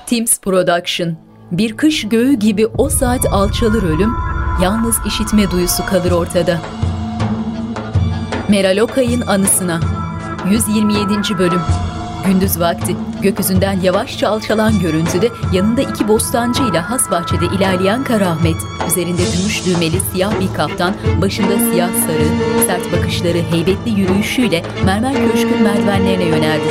Teams Production. Bir kış göğü gibi o saat alçalır ölüm, yalnız işitme duyusu kalır ortada. Meral Okay'ın anısına. 127. bölüm. Gündüz vakti, gökyüzünden yavaşça alçalan görüntüde yanında iki bostancıyla has bahçede ilerleyen Kara Ahmet, üzerinde gümüş düğmeli siyah bir kaftan, başında siyah sarı, sert bakışları, heybetli yürüyüşüyle Mermer Köşk'ün merdivenlerine yöneldi.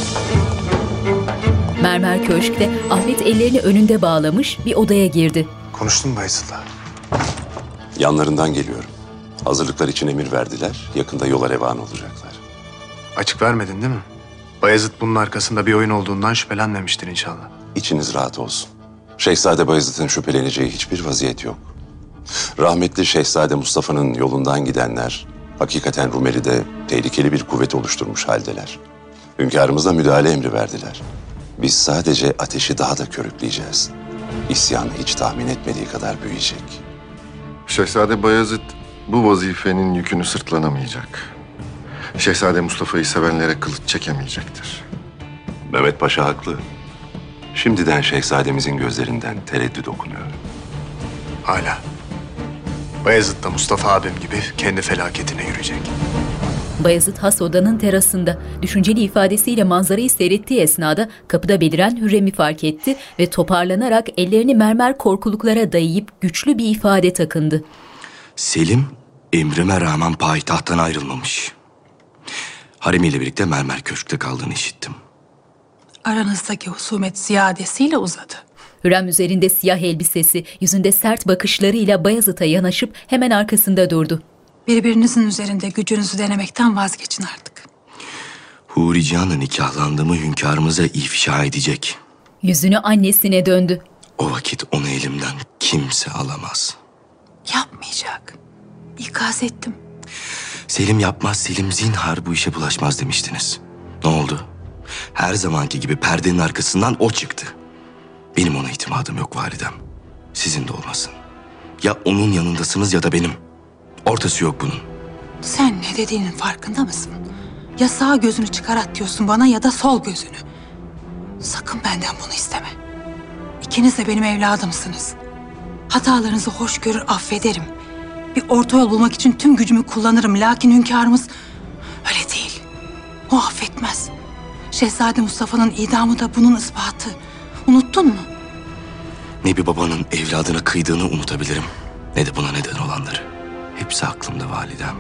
Mermer Köşk'te Ahmet ellerini önünde bağlamış bir odaya girdi. Konuştun mu Bayezid'le? Yanlarından geliyorum. Hazırlıklar için emir verdiler. Yakında yola revan olacaklar. Açık vermedin değil mi? Bayezid bunun arkasında bir oyun olduğundan şüphelenmemiştir inşallah. İçiniz rahat olsun. Şehzade Bayezid'in şüpheleneceği hiçbir vaziyet yok. Rahmetli Şehzade Mustafa'nın yolundan gidenler hakikaten Rumeli'de tehlikeli bir kuvvet oluşturmuş haldeler. Hünkârımıza müdahale emri verdiler. Biz sadece ateşi daha da körükleyeceğiz. İsyanı hiç tahmin etmediği kadar büyüyecek. Şehzade Bayezid bu vazifenin yükünü sırtlanamayacak. Şehzade Mustafa'yı sevenlere kılıç çekemeyecektir. Mehmet Paşa haklı. Şimdiden şehzademizin gözlerinden tereddüt okunuyor. Hala. Bayezid de Mustafa abim gibi kendi felaketine yürüyecek. Bayezid has odanın terasında düşünceli ifadesiyle manzarayı seyrettiği esnada kapıda beliren Hürrem'i fark etti ve toparlanarak ellerini mermer korkuluklara dayayıp güçlü bir ifade takındı. Selim emrime rağmen payitahttan ayrılmamış. Haremiyle birlikte Mermer Köşk'te kaldığını işittim. Aranızdaki husumet ziyadesiyle uzadı. Hürrem üzerinde siyah elbisesi, yüzünde sert bakışlarıyla Bayezid'e yanaşıp hemen arkasında durdu. Birbirinizin üzerinde gücünüzü denemekten vazgeçin artık. Huri Cihan'la nikahlandığımı hünkârımıza ifşa edecek. Yüzünü annesine döndü. O vakit onu elimden kimse alamaz. Yapmayacak. İkaz ettim. Selim yapmaz, Selim zinhar bu işe bulaşmaz demiştiniz. Ne oldu? Her zamanki gibi perdenin arkasından o çıktı. Benim ona itimadım yok validem. Sizin de olmasın. Ya onun yanındasınız ya da benim. Ortası yok bunun. Sen ne dediğinin farkında mısın? Ya sağ gözünü çıkarat diyorsun bana ya da sol gözünü. Sakın benden bunu isteme. İkiniz de benim evladımsınız. Hatalarınızı hoş görür, affederim. Bir orta yol bulmak için tüm gücümü kullanırım. Lakin hünkârımız öyle değil. O affetmez. Şehzade Mustafa'nın idamı da bunun ispatı. Unuttun mu? Ne bir babanın evladına kıydığını unutabilirim, ne de buna neden olanları. Hepsi aklımda validem.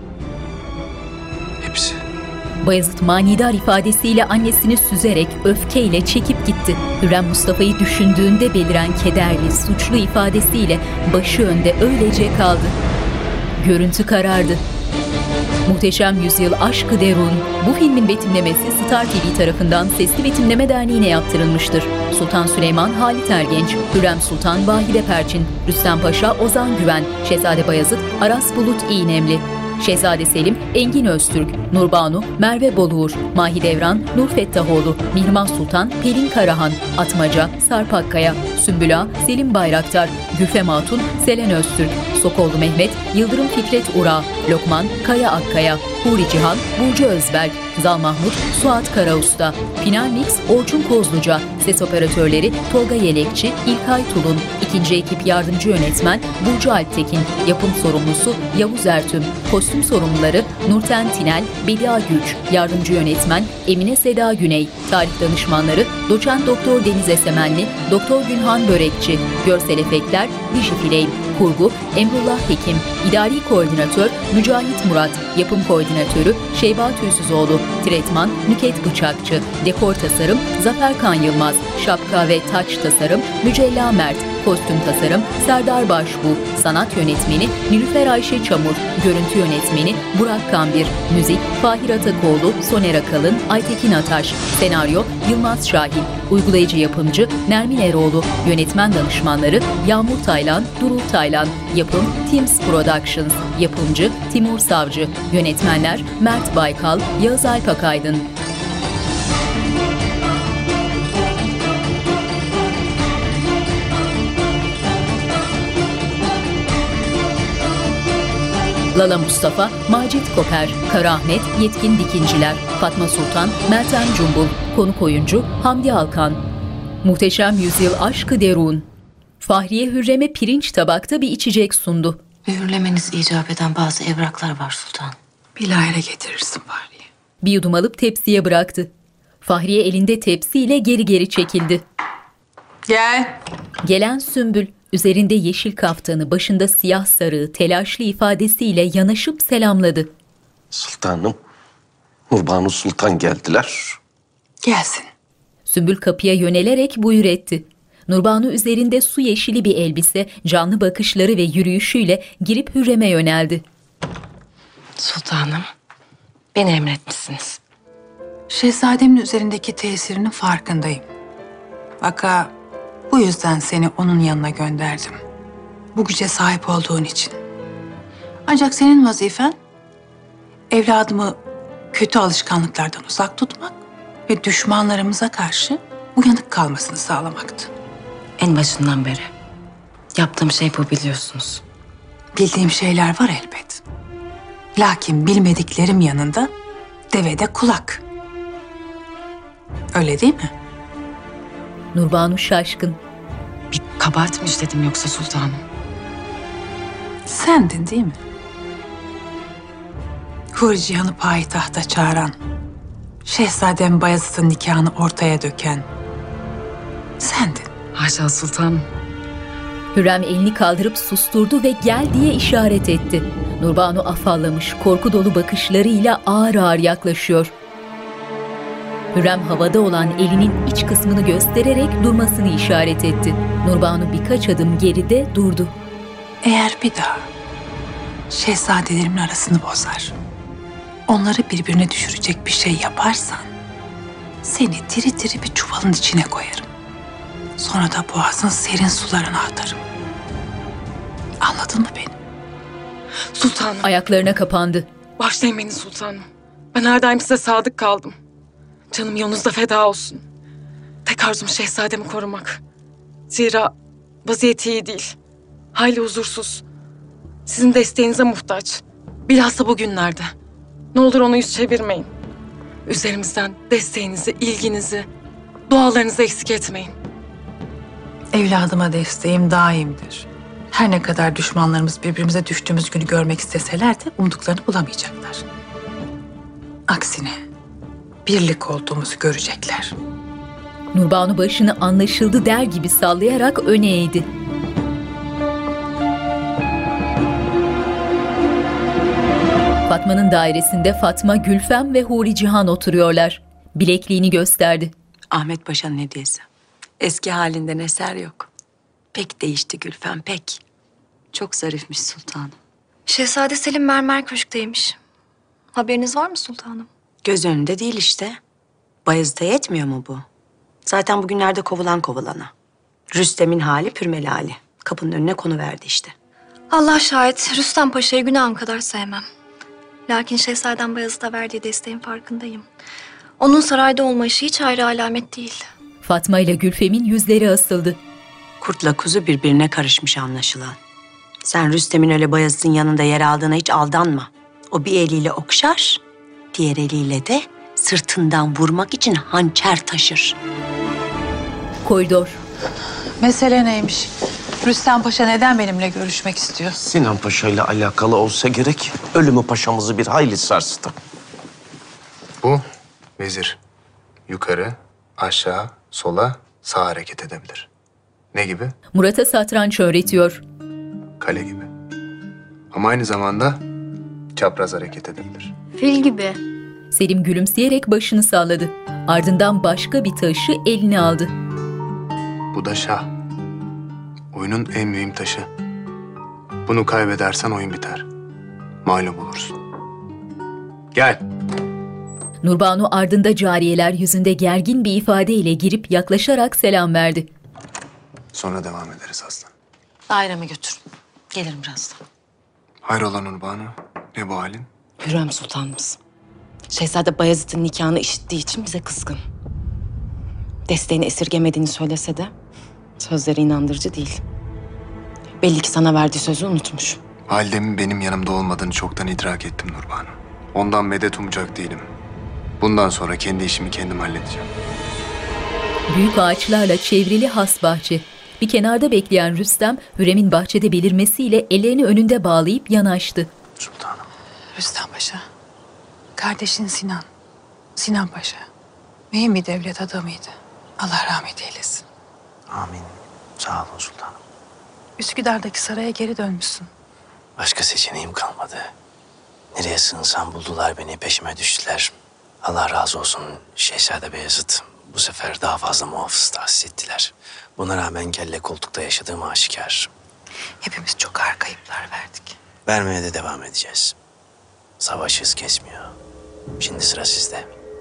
Hepsi. Bayezid manidar ifadesiyle annesini süzerek öfkeyle çekip gitti. Hürrem Mustafa'yı düşündüğünde beliren kederli, suçlu ifadesiyle başı önde öylece kaldı. Görüntü karardı. Muhteşem Yüzyıl Aşk-ı Derun, bu filmin betimlemesi Star TV tarafından Sesli Betimleme Derneği'ne yaptırılmıştır. Sultan Süleyman Halit Ergenç, Hürrem Sultan Vahide Perçin, Rüstem Paşa Ozan Güven, Şehzade Bayezid Aras Bulut İğnemli, Şehzade Selim Engin Öztürk, Nurbanu Merve Boluğur, Mahidevran Nur Fettahoğlu, Mihrimah Sultan Pelin Karahan, Atmaca Sarp Akkaya, Sümbüla Selim Bayraktar, Gülfem Hatun Selen Öztürk, Sokollu Mehmet Yıldırım Fikret Ura, Lokman Kaya Akkaya, Huri Cihan Burcu Özberk, Zal Mahmut Suat Karausta, Final Mix Orçun Kozluca, ses operatörleri Tolga Yelekçi, İlkay Tulun, ikinci ekip yardımcı yönetmen Burcu Alptekin, yapım sorumlusu Yavuz Ertüm, kostüm sorumluları Nurten Tinel, Bedia Güç, yardımcı yönetmen Emine Seda Güney, tarih danışmanları Doçent Doktor Deniz Esemenli, Doktor Günhan Börekçi, görsel efektler Dişi Filey, kurgu Emrullah Hekim, idari koordinatör Mücahit Murat, yapım koordinatörü Şeyba Tüysüzoğlu, tretman Nüket Bıçakçı, dekor tasarım Zafer Kan Yılmaz, şapka ve taç tasarım Mücella Mert, kostüm tasarım Serdar Başbuğ, sanat yönetmeni Nilüfer Ayşe Çamur, görüntü yönetmeni Burak Kambir, müzik Fahir Atakoğlu, Soner Akalın, Aytekin Ataş, senaryo Yılmaz Şahin, uygulayıcı yapımcı Nermin Eroğlu, yönetmen danışmanları Yağmur Taylan, Durul Taylan, yapım Teams Productions, yapımcı Timur Savcı, yönetmenler Mert Baykal, Yağız Alp Akaydın. Lala Mustafa, Macit Koper, Kara Ahmet, Yetkin Dikinciler, Fatma Sultan, Meltem Cumbul, konuk oyuncu Hamdi Alkan. Muhteşem Yüzyıl Aşk-ı Derun. Fahriye Hürrem'e pirinç tabakta bir içecek sundu. Mühürlemeniz icap eden bazı evraklar var sultan. Bilahare getirirsin Fahriye. Bir yudum alıp tepsiye bıraktı. Fahriye elinde tepsiyle geri geri çekildi. Gel. Gelen Sümbül, üzerinde yeşil kaftanı, başında siyah sarığı, telaşlı ifadesiyle yanaşıp selamladı. Sultanım, Nurbanu Sultan geldiler. Gelsin. Sümbül kapıya yönelerek buyur etti. Nurbanu üzerinde su yeşili bir elbise, canlı bakışları ve yürüyüşüyle girip Hürrem'e yöneldi. Sultanım, beni emretmişsiniz. Şehzademin üzerindeki tesirinin farkındayım. Vaka bu yüzden seni onun yanına gönderdim. Bu güce sahip olduğun için. Ancak senin vazifen evladımı kötü alışkanlıklardan uzak tutmak ve düşmanlarımıza karşı uyanık kalmasını sağlamaktı. En başından beri yaptığım şey bu, biliyorsunuz. Bildiğim şeyler var elbet. Lakin bilmediklerim yanında devede kulak. Öyle değil mi? Nurbanu şaşkın. Bir kabahat mi işledim yoksa sultanım? Sendin değil mi? Huri Cihan'ı payitahta çağıran, Şehzadem Bayezid'in nikahını ortaya döken sendin. Haşa sultanım. Hürrem elini kaldırıp susturdu ve gel diye işaret etti. Nurbanu afallamış, korku dolu bakışlarıyla ağır ağır yaklaşıyor. Hürrem havada olan elinin iç kısmını göstererek durmasını işaret etti. Nurbanu birkaç adım geride durdu. Eğer bir daha şehzadelerimin arasını bozar, onları birbirine düşürecek bir şey yaparsan, seni diri diri bir çuvalın içine koyarım. Sonra da boğazın serin sularına atarım. Anladın mı beni? Sultanım, Ayaklarına kapandı. başlayın beni sultanım. Ben her daim size sadık kaldım. Canım yolunuzda feda olsun. Tek arzum şehzademi korumak. Zira vaziyeti iyi değil. Hayli huzursuz. Sizin desteğinize muhtaç. Bilhassa bugünlerde. Ne olur ona yüz çevirmeyin. Üzerimizden desteğinizi, ilginizi, dualarınızı eksik etmeyin. Evladıma desteğim daimdir. Her ne kadar düşmanlarımız birbirimize düştüğümüz günü görmek isteseler de umduklarını bulamayacaklar. Aksine birlik olduğumuzu görecekler. Nurbanu başını anlaşıldı der gibi sallayarak öne eğdi. Fatma'nın dairesinde Fatma, Gülfem ve Huri Cihan oturuyorlar. Bilekliğini gösterdi. Ahmet Paşa'nın hediyesi. Eski halinden eser yok. Pek değişti Gülfem, pek. Çok zarifmiş sultanım. Şehzade Selim Mermer Köşk'teymiş. Haberiniz var mı sultanım? Göz önünde değil işte. Bayezid'e yetmiyor mu bu? Zaten bugünlerde kovulan kovulana. Rüstem'in hali pürmeli hali. Kapının önüne konuverdi işte. Allah şahit, Rüstem Paşa'yı günahım kadar sevmem. Lakin Şehzadem Bayezid'e verdiği desteğin farkındayım. Onun sarayda olma işi hiç ayrı alamet değil. Fatma ile Gülfem'in yüzleri asıldı. Kurtla kuzu birbirine karışmış anlaşılan. Sen Rüstem'in öyle Bayezid'in yanında yer aldığına hiç aldanma. O bir eliyle okşar, diğer eliyle de sırtından vurmak için hançer taşır. Koridor. Mesele neymiş? Rüstem Paşa neden benimle görüşmek istiyor? Sinan Paşa ile alakalı olsa gerek. Ölümü paşamızı bir hayli sarstı. Bu vezir yukarı, aşağı, sola, sağa hareket edebilir. Ne gibi? Murat'a satranç öğretiyor. Kale gibi. Ama aynı zamanda çapraz hareket edebilir. Fil gibi. Selim gülümseyerek başını salladı. Ardından başka bir taşı eline aldı. Bu da şah. Oyunun en mühim taşı. Bunu kaybedersen oyun biter. Mağlup olursun. Gel. Nurbanu ardında cariyeler yüzünde gergin bir ifadeyle girip yaklaşarak selam verdi. Sonra devam ederiz aslan. Daireme götür. Gelirim birazdan. Hayrola Nurbanu? Ne bu halin? Hürrem sultanımız. Şehzade Bayezid'in nikahını işittiği için bize kızgın. Desteğini esirgemediğini söylese de sözleri inandırıcı değil. Belli ki sana verdiği sözü unutmuş. Validemin benim yanımda olmadığını çoktan idrak ettim Nurbanu. Ondan medet umacak değilim. Bundan sonra kendi işimi kendim halledeceğim. Büyük ağaçlarla çevrili has bahçe. Bir kenarda bekleyen Rüstem, Hürrem'in bahçede belirmesiyle ellerini önünde bağlayıp yanaştı. Sultanım. Rüstem Paşa, kardeşin Sinan, Sinan Paşa. Mühim bir devlet adamıydı. Allah rahmet eylesin. Amin. Sağ olun sultanım. Üsküdar'daki saraya geri dönmüşsün. Başka seçeneğim kalmadı. Nereye sığınsam buldular beni, peşime düştüler. Allah razı olsun Şehzade Beyazıt. Bu sefer daha fazla muhafız tahsis ettiler. Buna rağmen kelle koltukta yaşadığım aşikar. Hepimiz çok ağır kayıplar verdik. Vermeye de devam edeceğiz. Savaş hız kesmiyor. Şimdi sıra sizde.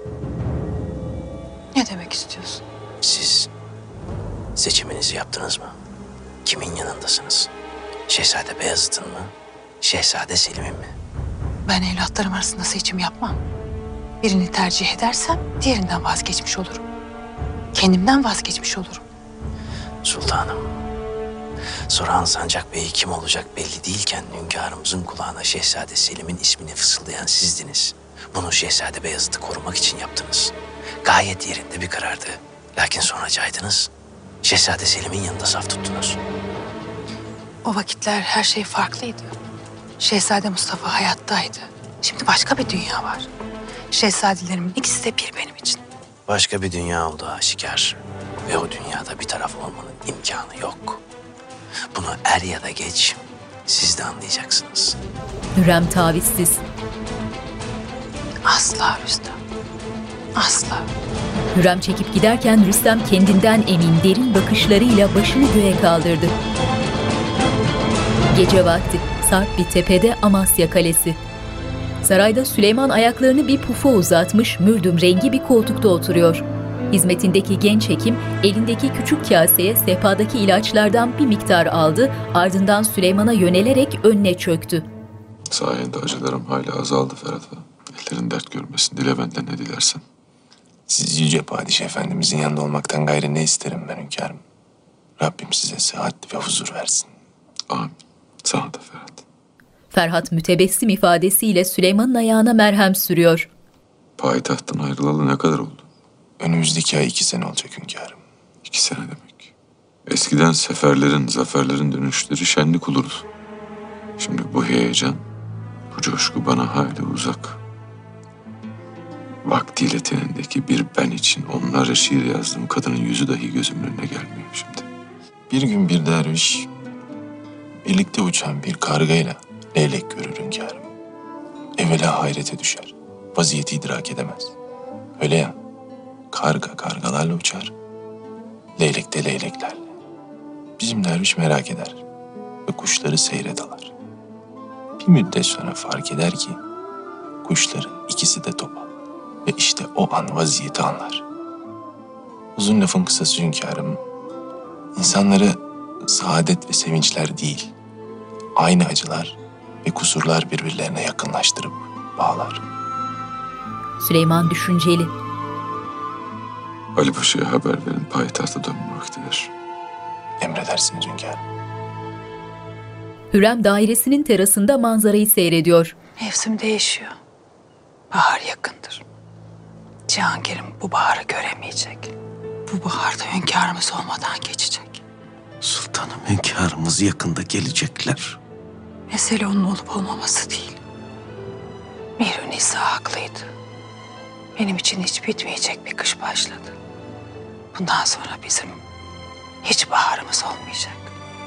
Ne demek istiyorsun? Siz seçiminizi yaptınız mı? Kimin yanındasınız? Şehzade Beyazıt'ın mı? Şehzade Selim'in mi? Ben evlatlarım arasında seçim yapmam. Birini tercih edersem diğerinden vazgeçmiş olurum. Kendimden vazgeçmiş olurum. Sultanım, Soran Sancak Bey kim olacak belli değilken hünkârımızın kulağına Şehzade Selim'in ismini fısıldayan sizdiniz. Bunu Şehzade Beyazıt'ı korumak için yaptınız. Gayet yerinde bir karardı. Lakin sonra caydınız. Şehzade Selim'in yanında saf tuttunuz. O vakitler her şey farklıydı. Şehzade Mustafa hayattaydı. Şimdi başka bir dünya var. Şehzadelerimin ikisi de bir benim için. Başka bir dünya oldu aşikar. Ve o dünyada bir taraf olmanın imkanı yok. Bunu er ya da geç siz de anlayacaksınız. Hürrem tavizsiz. Asla Rüstem. Asla. Hürrem çekip giderken Rüstem kendinden emin derin bakışlarıyla başını göğe kaldırdı. Gece vakti sarp bir tepede Amasya Kalesi. Sarayda Süleyman ayaklarını bir pufa uzatmış mürdüm rengi bir koltukta oturuyor. Hizmetindeki genç hekim elindeki küçük kaseye sehpadaki ilaçlardan bir miktar aldı, ardından Süleyman'a yönelerek önüne çöktü. Sayende acılarım hala azaldı Ferhat Ağa. Ellerin dert görmesin, dile benden ne dilersen. Siz Yüce Padişah Efendimizin yanında olmaktan gayrı ne isterim ben hünkârım? Rabbim size sıhhat ve huzur versin. Amin. Sana da Ferhat. Ferhat mütebessim ifadesiyle Süleyman'ın ayağına merhem sürüyor. Payitahttan ayrılalı ne kadar oldu? Önümüzdeki ay 2 sene olacak hünkârım. 2 sene demek. Eskiden seferlerin, zaferlerin dönüşleri şenlik olurdu. Şimdi bu heyecan, bu coşku bana hayli uzak. Vaktiyle tenindeki bir ben için onlarca şiir yazdığım kadının yüzü dahi gözümün önüne gelmiyor şimdi. Bir gün bir derviş birlikte uçan bir kargayla leylek görür hünkârım. Evvela hayrete düşer. Vaziyeti idrak edemez. Öyle ya, karga kargalarla uçar. Leylek de leyleklerle. Bizim derviş merak eder ve kuşları seyre dalar. Bir müddet sonra fark eder ki kuşların ikisi de topal. Ve işte o an vaziyeti anlar. Uzun lafın kısası hünkârım, insanları saadet ve sevinçler değil, aynı acılar ve kusurlar birbirlerine yakınlaştırıp bağlar. Süleyman düşünceli. Ali Paşa'ya haber verin, payitahta dönme vaktidir. Emredersiniz hünkârım. Hürrem dairesinin terasında manzarayı seyrediyor. Mevsim değişiyor. Bahar yakındır. Cihangir'im bu baharı göremeyecek. Bu bahar da hünkârımız olmadan geçecek. Sultanım, hünkârımız yakında gelecekler. Mesele onun olup olmaması değil. Mirun İsa haklıydı. Benim için hiç bitmeyecek bir kış başladı. Bundan sonra bizim hiç baharımız olmayacak.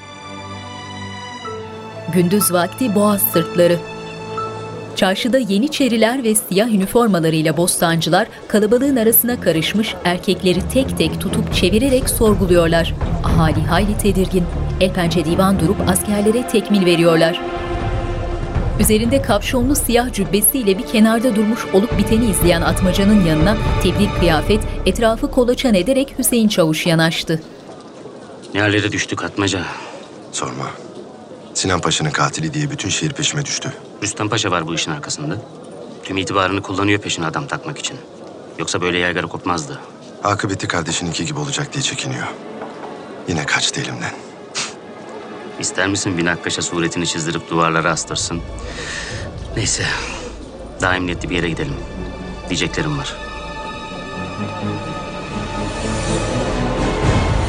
Gündüz vakti Boğaz sırtları. Çarşıda yeniçeriler ve siyah üniformalarıyla bostancılar kalabalığın arasına karışmış, erkekleri tek tek tutup çevirerek sorguluyorlar. Ahali hayli tedirgin. El pençe divan durup askerlere tekmil veriyorlar. Üzerinde kapşonlu siyah cübbesiyle bir kenarda durmuş olup biteni izleyen Atmaca'nın yanına tebliğ kıyafet, etrafı kolaçan ederek Hüseyin Çavuş yanaştı. Ne hallere düştük Atmaca? Sorma. Sinan Paşa'nın katili diye bütün şehir peşime düştü. Rüstem Paşa var bu işin arkasında. Tüm itibarını kullanıyor peşine adam takmak için. Yoksa böyle yaygara kopmazdı. Akıbeti kardeşininki gibi olacak diye çekiniyor. Yine kaçtı elimden. İster misin bir nakkaşa suretini çizdirip duvarlara astırsın? Neyse. Daha emniyetli bir yere gidelim. Diyeceklerim var.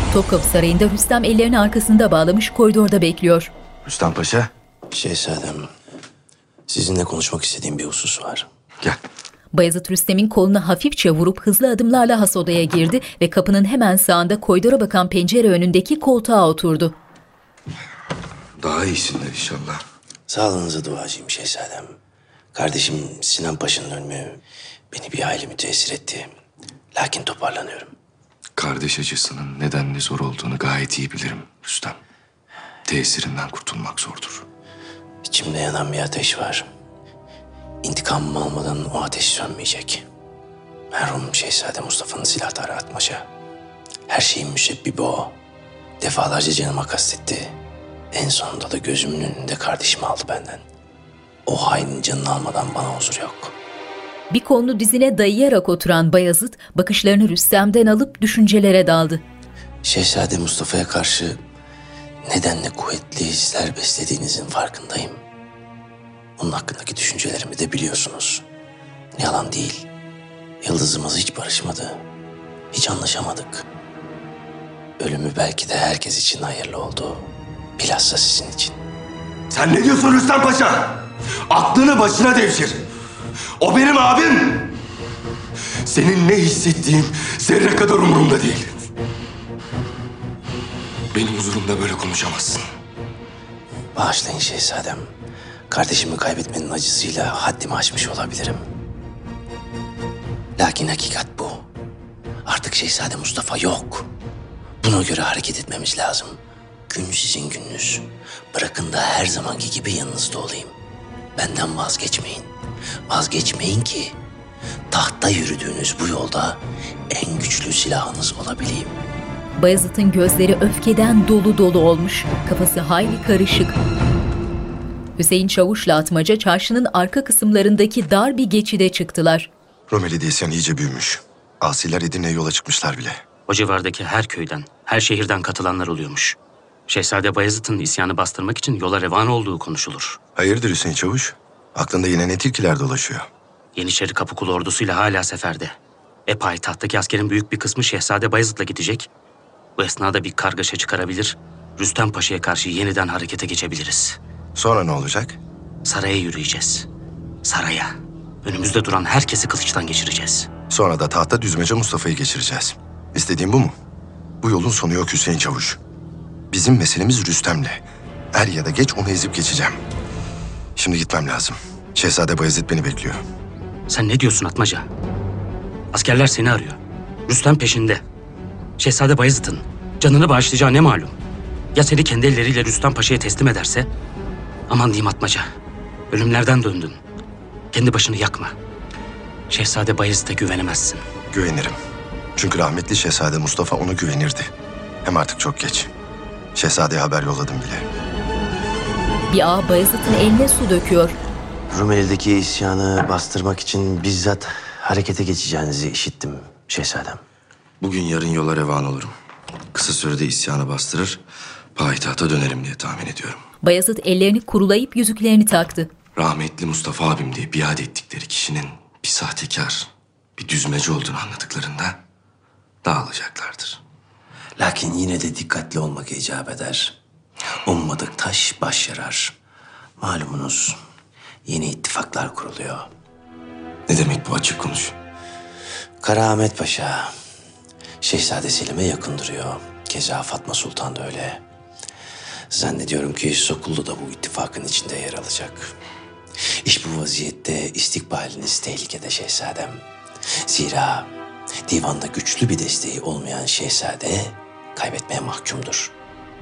Topkapı Sarayı'nda Rüstem ellerini arkasında bağlamış koridorda bekliyor. Rüstem Paşa. Şehzadem, sizinle konuşmak istediğim bir husus var. Gel. Bayezid Rüstem'in kolunu hafifçe vurup hızlı adımlarla has odaya girdi ve kapının hemen sağında koridora bakan pencere önündeki koltuğa oturdu. Daha iyisindir inşallah. Sağlığınıza duacıyım şehzadem. Kardeşim Sinan Paşa'nın ölümü beni bir hayli müteessir etti. Lakin toparlanıyorum. Kardeş acısının nedenli zor olduğunu gayet iyi bilirim Rüstem. Tesirinden kurtulmak zordur. İçimde yanan bir ateş var. İntikamımı almadan o ateş sönmeyecek. Merhum Şehzade Mustafa'nın silahları atmaca. Her şeyin müsebbibi o. Defalarca canıma kastetti. En sonunda da gözümün önünde kardeşimi aldı benden. O hainin canını almadan bana huzur yok. Bir kolunu dizine dayayarak oturan Bayezid bakışlarını Rüstem'den alıp düşüncelere daldı. Şehzade Mustafa'ya karşı nedenle kuvvetli hisler beslediğinizin farkındayım. Onun hakkındaki düşüncelerimi de biliyorsunuz. Yalan değil. Yıldızımız hiç barışmadı. Hiç anlaşamadık. Ölümü belki de herkes için hayırlı oldu. Bilhassa sizin için. Sen ne diyorsun Rüstem Paşa? Aklını başına devşir. O benim abim. Senin ne hissettiğin zerre kadar umurumda değil. Benim huzurumda böyle konuşamazsın. Bağışlayın şehzadem. Kardeşimi kaybetmenin acısıyla haddimi aşmış olabilirim. Lakin hakikat bu. Artık Şehzade Mustafa yok. Buna göre hareket etmemiz lazım. Gün sizin gününüz. Bırakın da her zamanki gibi yanınızda olayım. Benden vazgeçmeyin. Vazgeçmeyin ki tahtta yürüdüğünüz bu yolda en güçlü silahınız olabileyim. Bayezid'in gözleri öfkeden dolu dolu olmuş, kafası hayli karışık. Hüseyin Çavuş'la Atmaca çarşının arka kısımlarındaki dar bir geçide çıktılar. Rumeli'de isyan iyice büyümüş. Asiler Edirne'ye yola çıkmışlar bile. O civardaki her köyden, her şehirden katılanlar oluyormuş. Şehzade Bayezid'in isyanı bastırmak için yola revan olduğu konuşulur. Hayırdır Hüseyin Çavuş? Aklında yine ne tilkiler dolaşıyor? Yeniçeri Kapıkulu ordusuyla hala seferde. Payitahttaki askerin büyük bir kısmı Şehzade Bayezid'le gidecek. Bu esnada bir kargaşa çıkarabilir, Rüstem Paşa'ya karşı yeniden harekete geçebiliriz. Sonra ne olacak? Saraya yürüyeceğiz. Saraya. Önümüzde duran herkesi kılıçtan geçireceğiz. Sonra da tahta düzmece Mustafa'yı geçireceğiz. İstediğin bu mu? Bu yolun sonu yok Hüseyin Çavuş. Bizim meselemiz Rüstem'le. Er ya da geç onu ezip geçeceğim. Şimdi gitmem lazım. Şehzade Bayezid beni bekliyor. Sen ne diyorsun Atmaca? Askerler seni arıyor. Rüstem peşinde. Şehzade Bayezid'in canını bağışlayacağı ne malum? Ya seni kendi elleriyle Rüstem Paşa'ya teslim ederse? Aman diyeyim Atmaca. Ölümlerden döndün. Kendi başını yakma. Şehzade Bayezid'e güvenemezsin. Güvenirim. Çünkü rahmetli Şehzade Mustafa ona güvenirdi. Hem artık çok geç. Şehzade'ye haber yolladım bile. Bir ağa Bayezid'in eline su döküyor. Rumeli'deki isyanı bastırmak için bizzat harekete geçeceğinizi işittim şehzadem. Bugün yarın yola revan olurum. Kısa sürede isyanı bastırır, payitahta dönerim diye tahmin ediyorum. Bayezid ellerini kurulayıp yüzüklerini taktı. Rahmetli Mustafa abim diye biat ettikleri kişinin bir sahtekar, bir düzmeci olduğunu anladıklarında dağılacaklardır. Lakin yine de dikkatli olmak icap eder. Ummadık taş baş yarar. Malumunuz yeni ittifaklar kuruluyor. Ne demek bu, açık konuş. Kara Ahmet Paşa Şehzade Selim'e yakın duruyor. Keza Fatma Sultan da öyle. Zannediyorum ki Sokullu da bu ittifakın içinde yer alacak. İş bu vaziyette istikbaliniz tehlikede şehzadem. Zira divanda güçlü bir desteği olmayan şehzade kaybetmeye mahkumdur.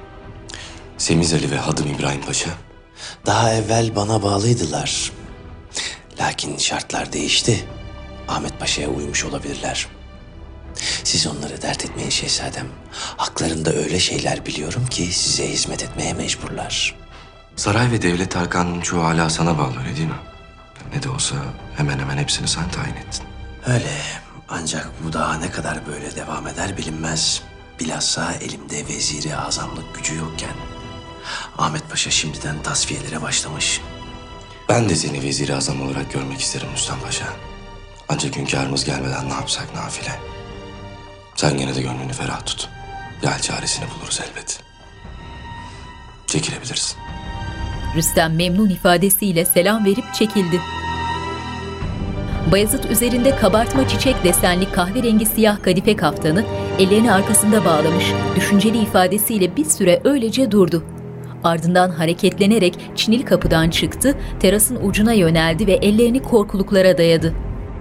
Semiz Ali ve Hadım İbrahim Paşa? Daha evvel bana bağlıydılar. Lakin şartlar değişti. Ahmet Paşa'ya uymuş olabilirler. Siz onları dert etmeyin şehzadem. Haklarında öyle şeyler biliyorum ki size hizmet etmeye mecburlar. Saray ve devlet erkanının çoğu hala sana bağlı, öyle değil mi? Ne de olsa hemen hemen hepsini sen tayin ettin. Öyle. Ancak bu daha ne kadar böyle devam eder bilinmez. Bilhassa elimde veziri azamlık gücü yokken. Ahmet Paşa şimdiden tasfiyelere başlamış. Ben de seni vezir-i azam olarak görmek isterim Rüstem Paşa. Ancak hünkârımız gelmeden ne yapsak nafile. Sen gene de gönlünü ferah tut. Bir hal çaresini buluruz elbet. Çekilebilirsin. Rüstem memnun ifadesiyle selam verip çekildi. Bayezid üzerinde kabartma çiçek desenli kahverengi siyah kadife kaftanı ellerini arkasında bağlamış, düşünceli ifadesiyle bir süre öylece durdu. Ardından hareketlenerek Çinili kapıdan çıktı, terasın ucuna yöneldi ve ellerini korkuluklara dayadı.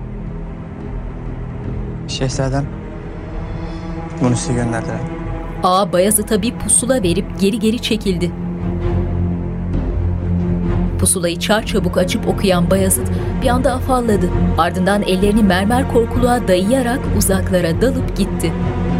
Şehzadem, bunu size gönderdiler. Ağa Bayezid'e bir pusula verip geri çekildi. Pusulayı çarçabuk açıp okuyan Bayezid bir anda afalladı. Ardından ellerini mermer korkuluğa dayayarak uzaklara dalıp gitti.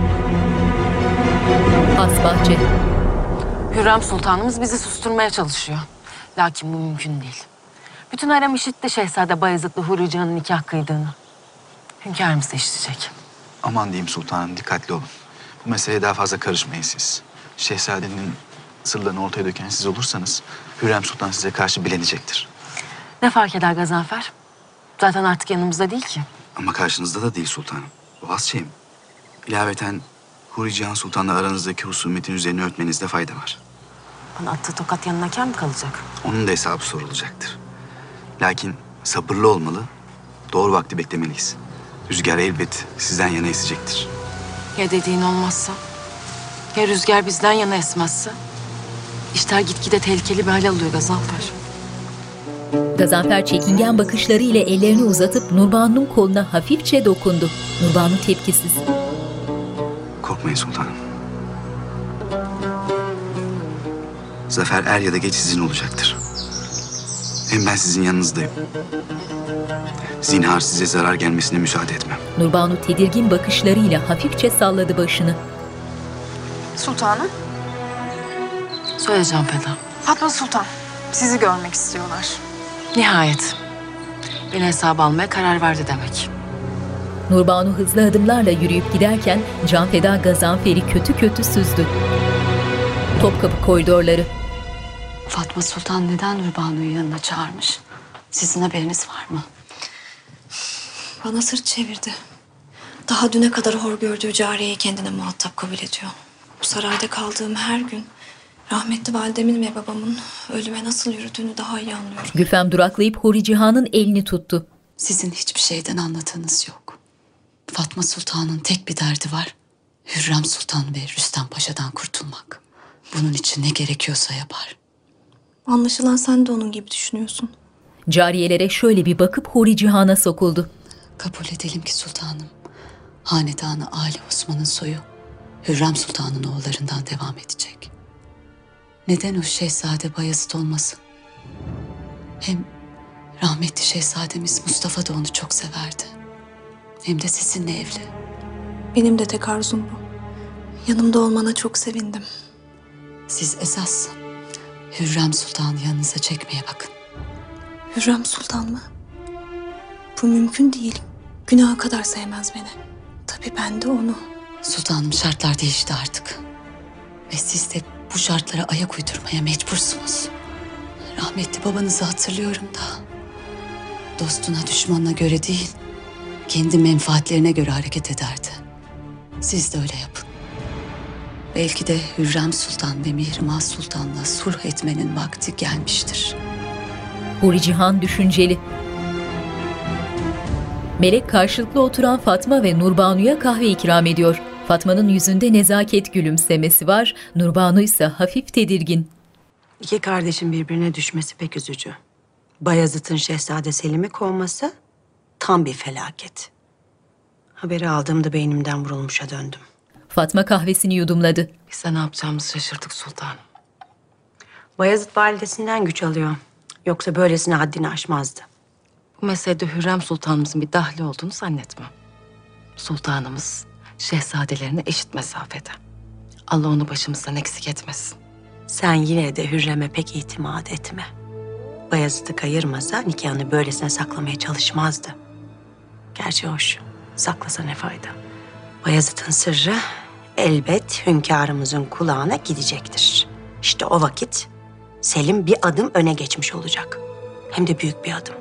Hasbahçe. Hürrem Sultanımız bizi susturmaya çalışıyor. Lakin bu mümkün değil. Bütün harem işitti Şehzade Bayezid'le Huri Cihan'ın nikah kıydığını. Hünkârımız da işitecek. Aman diyeyim sultanım, dikkatli olun. Bu meseleye daha fazla karışmayın siz. Şehzadenin sırlarını ortaya döken siz olursanız Hürrem Sultan size karşı bilenecektir. Ne fark eder Gazanfer? Zaten artık yanımızda değil ki. Ama karşınızda da değil sultanım. Bu az şey mi? İlaveten Huri Cihan Sultan'la aranızdaki husumetin üzerine örtmenizde fayda var. Bana attığı tokat yanına kâr mı kalacak? Onun da hesabı sorulacaktır. Lakin sabırlı olmalı, doğru vakti beklemeliyiz. Rüzgar elbet sizden yana esecektir. Ya dediğin olmazsa? Ya rüzgar bizden yana esmezse? İşler gitgide tehlikeli bir hal alıyor Gazanfer. Gazanfer çekingen bakışlarıyla ellerini uzatıp Nurbanu'nun koluna hafifçe dokundu. Nurbanu tepkisiz. Korkmayın sultanım. Zafer er ya da geç sizin olacaktır. Hem ben sizin yanınızdayım. Zinhar size zarar gelmesine müsaade etmem. Nurbanu tedirgin bakışlarıyla hafifçe salladı başını. Sultanım. Söyle Canfeda. Fatma Sultan, sizi görmek istiyorlar. Nihayet. Beni hesaba almaya karar verdi demek. Nurbanu hızlı adımlarla yürüyüp giderken Canfeda Gazanfer'i kötü süzdü. Topkapı koridorları. Fatma Sultan neden Nurbanu'yu yanına çağırmış? Sizin haberiniz var mı? Bana sırt çevirdi. Daha düne kadar hor gördüğü cariyeyi kendine muhatap kabul ediyor. Bu sarayda kaldığım her gün rahmetli validemin ve babamın ölüme nasıl yürüdüğünü daha iyi anlıyorum. Güfem duraklayıp Huri Cihan'ın elini tuttu. Sizin hiçbir şeyden anlatanız yok. Fatma Sultan'ın tek bir derdi var. Hürrem Sultan ve Rüstem Paşa'dan kurtulmak. Bunun için ne gerekiyorsa yapar. Anlaşılan sen de onun gibi düşünüyorsun. Cariyelere şöyle bir bakıp Huri Cihan'a sokuldu. Kabul edelim ki sultanım, hanedanı Ali Osman'ın soyu Hürrem Sultan'ın oğullarından devam edecek. Neden o Şehzade Bayezid olmasın? Hem rahmetli Şehzademiz Mustafa da onu çok severdi. Hem de sizinle evli. Benim de tek arzum bu. Yanımda olmana çok sevindim. Siz esas Hürrem Sultan'ı yanınıza çekmeye bakın. Hürrem Sultan mı? Bu mümkün değil. Günaha kadar sevmez beni. Tabii ben de onu. Sultanım, şartlar değişti artık. Ve siz de bu şartlara ayak uydurmaya mecbursunuz. Rahmetli babanızı hatırlıyorum da. Dostuna düşmanına göre değil, kendi menfaatlerine göre hareket ederdi. Siz de öyle yapın. Belki de Hürrem Sultan ve Mihrimah Sultan'la sulh etmenin vakti gelmiştir. Huri Cihan düşünceli. Melek karşılıklı oturan Fatma ve Nurbanu'ya kahve ikram ediyor. Fatma'nın yüzünde nezaket gülümsemesi var, Nurbanu ise hafif tedirgin. İki kardeşin birbirine düşmesi pek üzücü. Bayezid'in Şehzade Selim'i kovması tam bir felaket. Haberi aldığımda beynimden vurulmuşa döndüm. Fatma kahvesini yudumladı. Biz de ne yapacağımızı şaşırdık sultanım. Bayezid validesinden güç alıyor. Yoksa böylesine haddini aşmazdı. Bu meselede Hürrem Sultanımızın bir dahli olduğunu zannetmem. Sultanımız şehzadelerine eşit mesafede. Allah onu başımızdan eksik etmesin. Sen yine de Hürrem'e pek itimat etme. Bayezid'i kayırmasa nikahını böylesine saklamaya çalışmazdı. Gerçi hoş, saklasa ne fayda. Bayezid'in sırrı elbet hünkârımızın kulağına gidecektir. İşte o vakit Selim bir adım öne geçmiş olacak. Hem de büyük bir adım.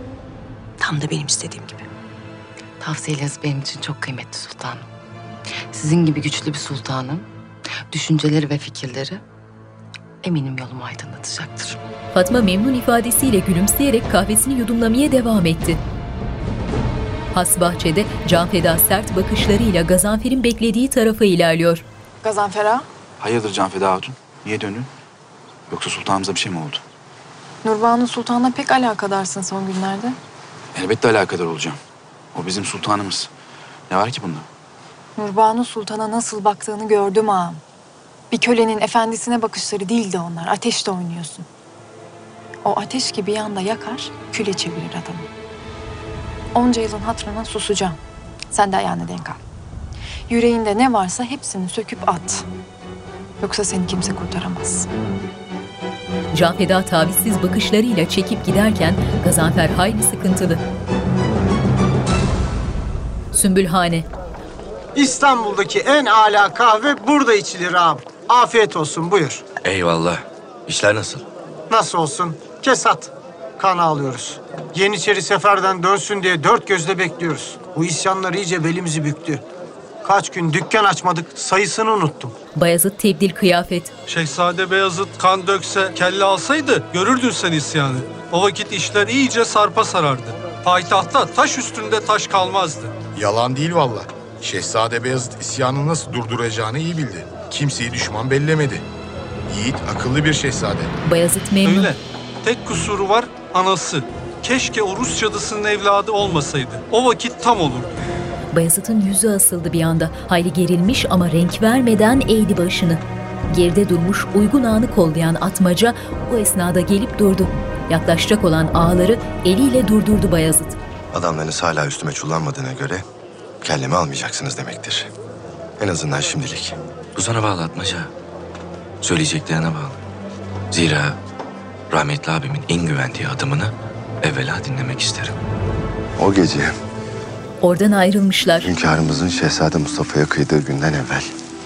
Tam da benim istediğim gibi. Tavsiyeleriniz benim için çok kıymetli sultanım. Sizin gibi güçlü bir sultanın düşünceleri ve fikirleri eminim yolumu aydınlatacaktır. Fatma memnun ifadesiyle gülümseyerek kahvesini yudumlamaya devam etti. Has bahçede Canfeda sert bakışlarıyla Gazanfer'in beklediği tarafa ilerliyor. Gazanfer ağa. Hayırdır Canfeda Hatun? Niye döndün? Yoksa sultanımıza bir şey mi oldu? Nurbanu Sultan'la pek alakadarsın son günlerde. Elbette alakadar olacağım. O bizim sultanımız. Ne var ki bunda? Nurbanu Sultan'a nasıl baktığını gördüm ağam. Bir kölenin efendisine bakışları değildi onlar. Ateşle oynuyorsun. O ateş ki bir yanda yakar, küle çevirir adamı. Onca yılın hatırına susacağım. Sen de ayağını denk al. Yüreğinde ne varsa hepsini söküp at. Yoksa seni kimse kurtaramaz. Canfeda tavizsiz bakışlarıyla çekip giderken Gazanfer hayli sıkıntılı. Sümbülhane. İstanbul'daki en âlâ kahve burada içilir ağam. Afiyet olsun, buyur. Eyvallah. İşler nasıl? Nasıl olsun? Kesat. Kan ağlıyoruz. Yeniçeri seferden dönsün diye dört gözle bekliyoruz. Bu isyanlar iyice belimizi büktü. Kaç gün dükkan açmadık, sayısını unuttum. Bayezid tebdil kıyafet. Şehzade Beyazıt kan dökse, kelle alsaydı görürdün sen isyanı. O vakit işler iyice sarpa sarardı. Payitahtta taş üstünde taş kalmazdı. Yalan değil valla. Şehzade Beyazıt isyanı nasıl durduracağını iyi bildi. Kimseyi düşman bellemedi. Yiğit, akıllı bir şehzade. Bayezid memnun. Öyle. Tek kusuru var, anası. Keşke o Rus cadısının evladı olmasaydı. O vakit tam olurdu. Bayezid'in yüzü asıldı bir anda. Hayli gerilmiş ama renk vermeden eğdi başını. Geride durmuş uygun anı kollayan Atmaca o esnada gelip durdu. Yaklaşacak olan ağaları eliyle durdurdu Bayezid. Adamlarınız hala üstüme çullanmadığına göre kellemi almayacaksınız demektir. En azından şimdilik. Bu sana bağlı Atmaca. Söyleyeceklerine bağlı. Zira rahmetli abimin en güvendiği adımını evvela dinlemek isterim. O gece oradan ayrılmışlar. hünkârımızın Şehzade Mustafa'ya kıydığı günden evvel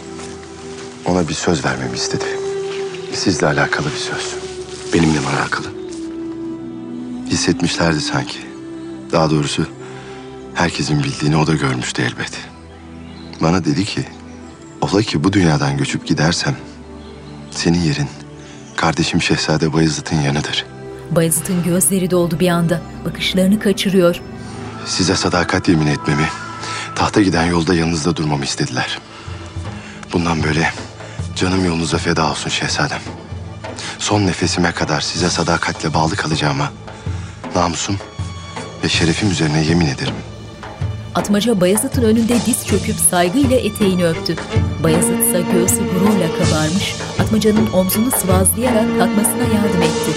ona bir söz vermemi istedi. Sizle alakalı bir söz. Benimle mi alakalı? Hissetmişlerdi sanki. Daha doğrusu herkesin bildiğini o da görmüştü elbet. Bana dedi ki, ola ki bu dünyadan göçüp gidersem senin yerin kardeşim Şehzade Bayezid'in yanıdır. Bayezid'in gözleri doldu bir anda. Bakışlarını kaçırıyor. Size sadakat yemin etmemi, tahta giden yolda yanınızda durmamı istediler. Bundan böyle canım yolunuza feda olsun şehzadem. Son nefesime kadar size sadakatle bağlı kalacağıma namusum ve şerefim üzerine yemin ederim. Atmaca Bayezid'in önünde diz çöküp saygıyla eteğini öptü. Bayezid ise göğsü gururla kabarmış, Atmaca'nın omzunu sıvazlayarak kalkmasına yardım etti.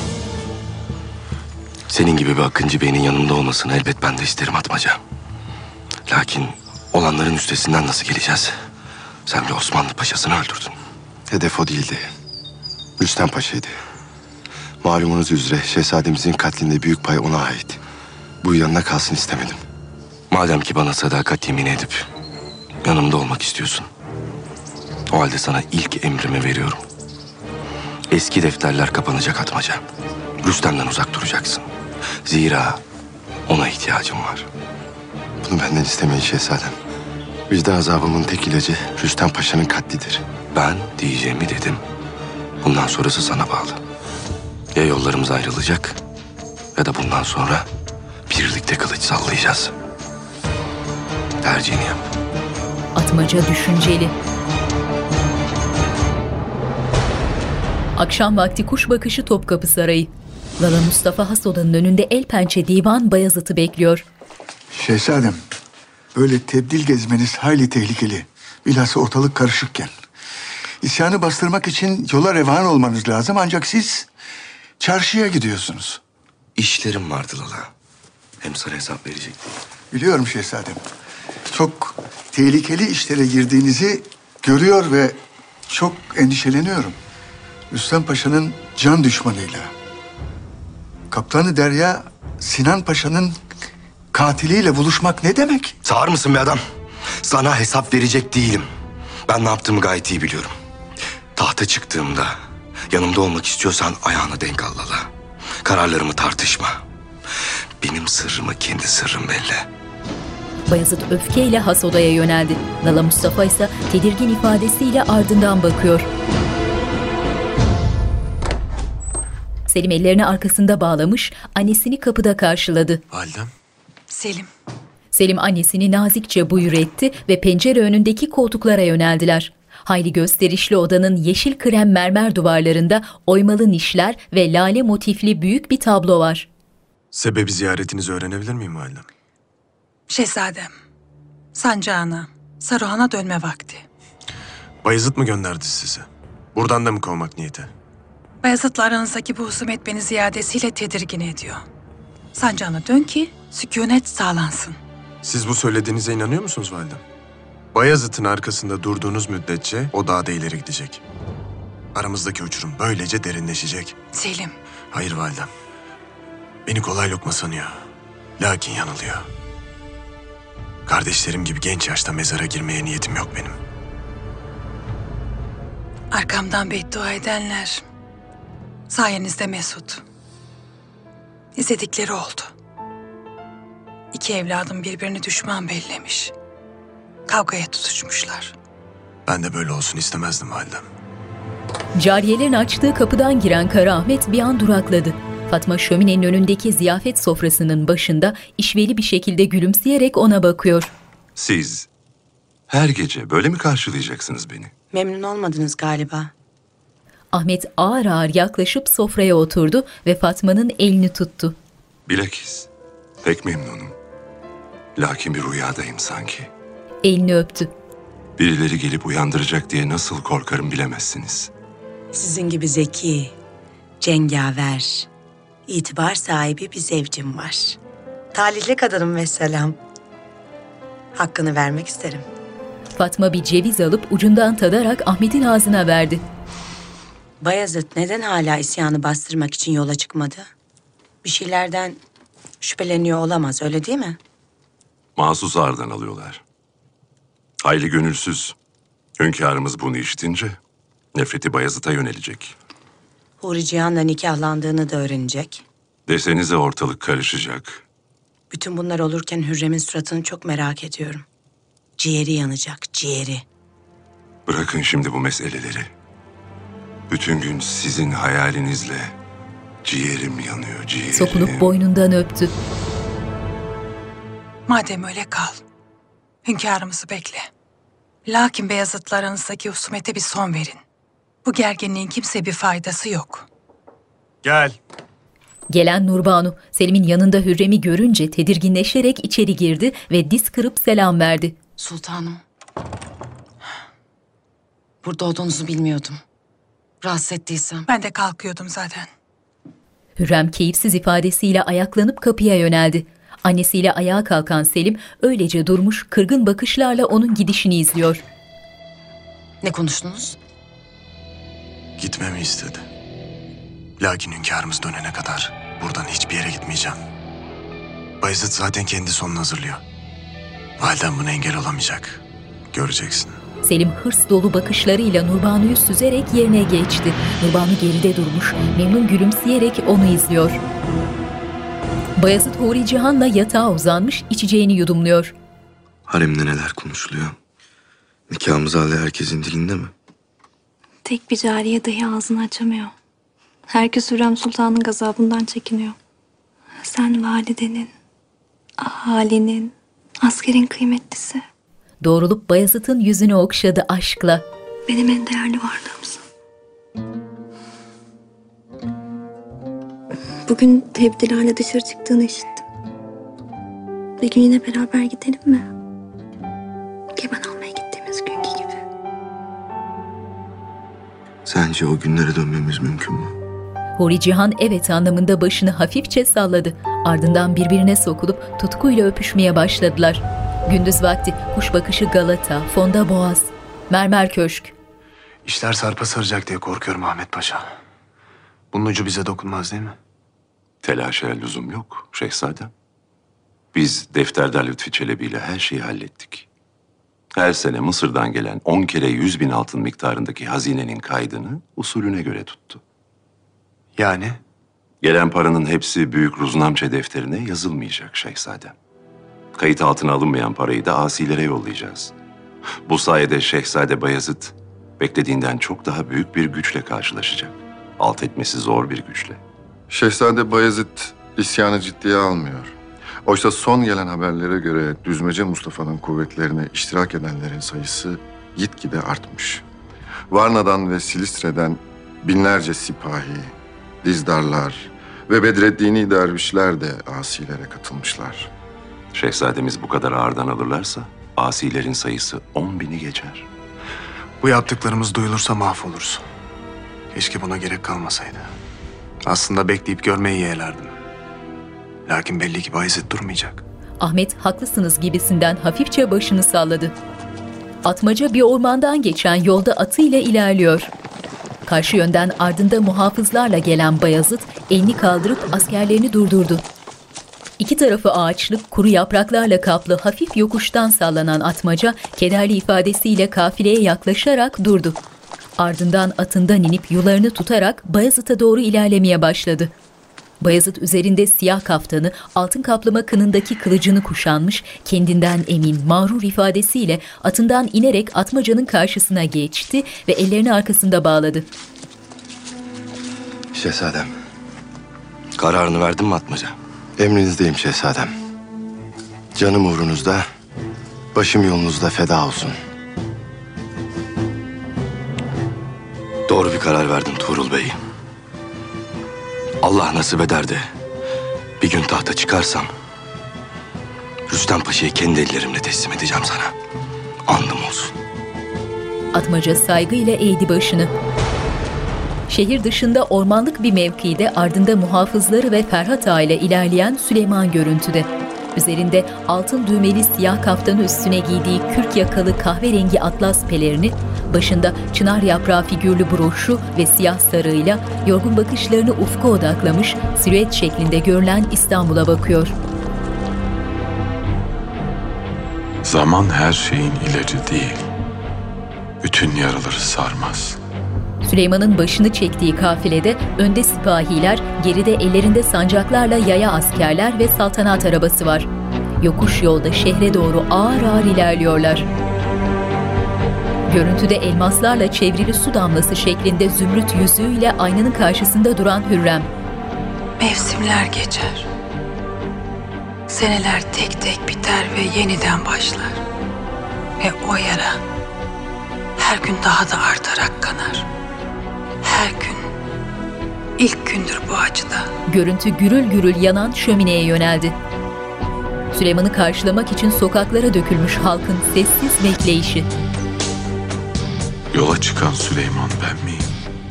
Senin gibi bir Akıncı Bey'in yanımda olmasını elbet ben de isterim Atmaca. Lakin olanların üstesinden nasıl geleceğiz? Sen bir Osmanlı paşasını öldürdün. Hedef o değildi. Rüstem Paşa'ydı. Malumunuz üzere şehzademizin katlinde büyük pay ona ait. Bu yanına kalsın istemedim. Madem ki bana sadakat yemin edip yanımda olmak istiyorsun, o halde sana ilk emrimi veriyorum. Eski defterler kapanacak Atmaca. Rüstem'den uzak duracaksın. Zira ona ihtiyacım var. Bunu benden istemeyin şehzadem. Vicdan azabımın tek ilacı Rüstem Paşa'nın katlidir. Ben diyeceğimi dedim. Bundan sonrası sana bağlı. Ya yollarımız ayrılacak ya da bundan sonra birlikte kılıç sallayacağız. Tercihini yap. Atmaca düşünceli. Akşam vakti kuş bakışı Topkapı Sarayı. Lala Mustafa has odanın önünde el pençe divan Bayezid'i bekliyor. Şehzadem, böyle tebdil gezmeniz hayli tehlikeli. Bilhassa ortalık karışıkken. İsyanı bastırmak için yola revan olmanız lazım ancak siz çarşıya gidiyorsunuz. İşlerim vardı Lala. Hem sana hesap verecektim. Biliyorum şehzadem. Çok tehlikeli işlere girdiğinizi görüyor ve çok endişeleniyorum. Rüstem Paşa'nın can düşmanıyla. Kaptanı Derya Sinan Paşa'nın katiliyle buluşmak ne demek? Sağır mısın be adam? Sana hesap verecek değilim. Ben ne yaptığımı gayet iyi biliyorum. Tahta çıktığımda yanımda olmak istiyorsan ayağını denk al Lala. Kararlarımı tartışma. Benim sırrımı kendi sırrım belli. Bayezid öfkeyle has odaya yöneldi. Lala Mustafa ise tedirgin ifadesiyle ardından bakıyor. Selim ellerini arkasında bağlamış, annesini kapıda karşıladı. Validem. Selim. Selim annesini nazikçe buyur etti ve pencere önündeki koltuklara yöneldiler. Hayli gösterişli odanın yeşil krem mermer duvarlarında oymalı nişler ve lale motifli büyük bir tablo var. Sebebi ziyaretinizi öğrenebilir miyim validem? Şehzadem, sancağına, Saruhan'a dönme vakti. Bayezid mi gönderdi sizi? Buradan da mı kovmak niyeti? Bayezid'le aranızdaki bu husumet beni ziyadesiyle tedirgin ediyor. Sancağına dön ki sükunet sağlansın. Siz bu söylediğinize inanıyor musunuz validem? Bayezid'in arkasında durduğunuz müddetçe o daha da ileri gidecek. Aramızdaki uçurum böylece derinleşecek. Selim. Hayır validem. Beni kolay lokma sanıyor. Lakin yanılıyor. Kardeşlerim gibi genç yaşta mezara girmeye niyetim yok benim. Arkamdan beddua edenler sayenizde mesut. İstedikleri oldu. İki evladım birbirini düşman bellemiş. Kavgaya tutuşmuşlar. Ben de böyle olsun istemezdim validem. Cariyelerin açtığı kapıdan giren Kara Ahmet bir an durakladı. Fatma şöminenin önündeki ziyafet sofrasının başında işveli bir şekilde gülümseyerek ona bakıyor. Siz her gece böyle mi karşılayacaksınız beni? Memnun olmadınız galiba. Ahmet ağır ağır yaklaşıp sofraya oturdu ve Fatma'nın elini tuttu. Bilakis pek memnunum. Lakin bir rüyadayım sanki. Elini öptü. Birileri gelip uyandıracak diye nasıl korkarım bilemezsiniz. Sizin gibi zeki, cengaver, itibar sahibi bir zevcim var. Talihli kadınım vesselam. Hakkını vermek isterim. Fatma bir ceviz alıp ucundan tadarak Ahmet'in ağzına verdi. Bayezid neden hala isyanı bastırmak için yola çıkmadı? Bir şeylerden şüpheleniyor olamaz, öyle değil mi? Mahsus ağırdan alıyorlar. Hayli gönülsüz. Hünkârımız bunu işitince nefreti Bayezid'e yönelecek. Huri Cihan'la nikahlandığını da öğrenecek. Desenize ortalık karışacak. Bütün bunlar olurken Hürrem'in suratını çok merak ediyorum. Ciğeri yanacak, ciğeri. Bırakın şimdi bu meseleleri. Bütün gün sizin hayalinizle ciğerim yanıyor, ciğerim. Sokunup boynundan öptü. Madem öyle kal. Hünkârımızı bekle. Lakin Beyazıt'la aranızdaki husumete bir son verin. Bu gerginliğin kimseye bir faydası yok. Gel. Gelen Nurbanu, Selim'in yanında Hürrem'i görünce tedirginleşerek içeri girdi ve diz kırıp selam verdi. Sultanım. Burada olduğunuzu bilmiyordum. Rahatsız ettiysem. Ben de kalkıyordum zaten. Hürrem keyifsiz ifadesiyle ayaklanıp kapıya yöneldi. Annesiyle ayağa kalkan Selim öylece durmuş kırgın bakışlarla onun gidişini izliyor. Ne konuştunuz? Gitmemi istedi. Lakin hünkârımız dönene kadar buradan hiçbir yere gitmeyeceğim. Bayezid zaten kendi sonunu hazırlıyor. Validem buna engel olamayacak. Göreceksin. Selim hırs dolu bakışlarıyla Nurbanu'yu süzerek yerine geçti. Nurbanu geride durmuş, memnun gülümseyerek onu izliyor. Bayezid Huri Cihan'la yatağa uzanmış, içeceğini yudumluyor. Haremde neler konuşuluyor? Nikahımız hala herkesin dilinde mi? Tek bir cariye dahi ağzını açamıyor. Herkes Hürrem Sultan'ın gazabından çekiniyor. Sen validenin, ahalinin, askerin kıymetlisi. Doğrulup Bayezid'in yüzünü okşadı aşkla. Benim en değerli varlığımsın. Bugün tebdilerle dışarı çıktığını işittim. Bir gün yine beraber gidelim mi? Keman almaya gittiğimiz günkü gibi. Sence o günlere dönmemiz mümkün mü? Huri Cihan evet anlamında başını hafifçe salladı. Ardından birbirine sokulup tutkuyla öpüşmeye başladılar. Gündüz vakti kuş bakışı Galata, fonda Boğaz, mermer köşk. İşler sarpa saracak diye korkuyorum Ahmet Paşa. Bunun ucu bize dokunmaz değil mi? Telaşa lüzum yok şehzadem. Biz defterdar Lütfi Çelebi ile her şeyi hallettik. Her sene Mısır'dan gelen 10 kere 100.000 altın miktarındaki hazinenin kaydını usulüne göre tuttu. Yani? Gelen paranın hepsi büyük Ruznamçe defterine yazılmayacak şehzadem. Kayıt altına alınmayan parayı da asilere yollayacağız. Bu sayede Şehzade Bayezid beklediğinden çok daha büyük bir güçle karşılaşacak. Alt etmesi zor bir güçle. Şehzade Bayezid isyanı ciddiye almıyor. Oysa son gelen haberlere göre Düzmece Mustafa'nın kuvvetlerine iştirak edenlerin sayısı gitgide artmış. Varna'dan ve Silistre'den binlerce sipahi, dizdarlar ve Bedreddini dervişler de asilere katılmışlar. Şehzademiz bu kadar ağırdan alırlarsa asilerin sayısı 10.000'i geçer. Bu yaptıklarımız duyulursa mahvoluruz. Keşke buna gerek kalmasaydı. Aslında bekleyip görmeyi yeğlerdim. Lakin belli ki Bayezid durmayacak. Ahmet haklısınız gibisinden hafifçe başını salladı. Atmaca bir ormandan geçen yolda atıyla ilerliyor. Karşı yönden ardında muhafızlarla gelen Bayezid elini kaldırıp askerlerini durdurdu. İki tarafı ağaçlık, kuru yapraklarla kaplı hafif yokuştan sallanan Atmaca kederli ifadesiyle kafileye yaklaşarak durdu. Ardından atından inip yularını tutarak Bayezid'e doğru ilerlemeye başladı. Bayezid üzerinde siyah kaftanı, altın kaplama kınındaki kılıcını kuşanmış, kendinden emin, mağrur ifadesiyle atından inerek Atmaca'nın karşısına geçti ve ellerini arkasında bağladı. Şehzadem, kararını verdin mi Atmaca? Emrinizdeyim şehzadem. Canım uğrunuzda, başım yolunuzda feda olsun. Doğru bir karar verdin Tuğrul Bey. Allah nasip eder de bir gün tahta çıkarsam Rüstem Paşa'yı kendi ellerimle teslim edeceğim sana. Andım olsun. Atmaca saygıyla eğdi başını. Şehir dışında ormanlık bir mevkide ardında muhafızları ve Ferhat Ağa ile ilerleyen Süleyman görüntüde. Üzerinde altın düğmeli siyah kaftanı üstüne giydiği kürk yakalı kahverengi atlas pelerini, başında çınar yaprağı figürlü broşu ve siyah sarığıyla yorgun bakışlarını ufka odaklamış, silüet şeklinde görülen İstanbul'a bakıyor. Zaman her şeyin ilacı değil. Bütün yaraları sarmaz. Süleyman'ın başını çektiği kafilede önde sipahiler, geride ellerinde sancaklarla yaya askerler ve saltanat arabası var. Yokuş yolda şehre doğru ağır ağır ilerliyorlar. Görüntüde elmaslarla çevrili su damlası şeklinde zümrüt yüzüğüyle aynanın karşısında duran Hürrem. Mevsimler geçer. Seneler tek tek biter ve yeniden başlar. Ve o yara her gün daha da artarak kanar. Her gün ilk gündür bu acıda. Görüntü gürül gürül yanan şömineye yöneldi. Süleyman'ı karşılamak için sokaklara dökülmüş halkın sessiz bekleyişi. Yola çıkan Süleyman ben miyim?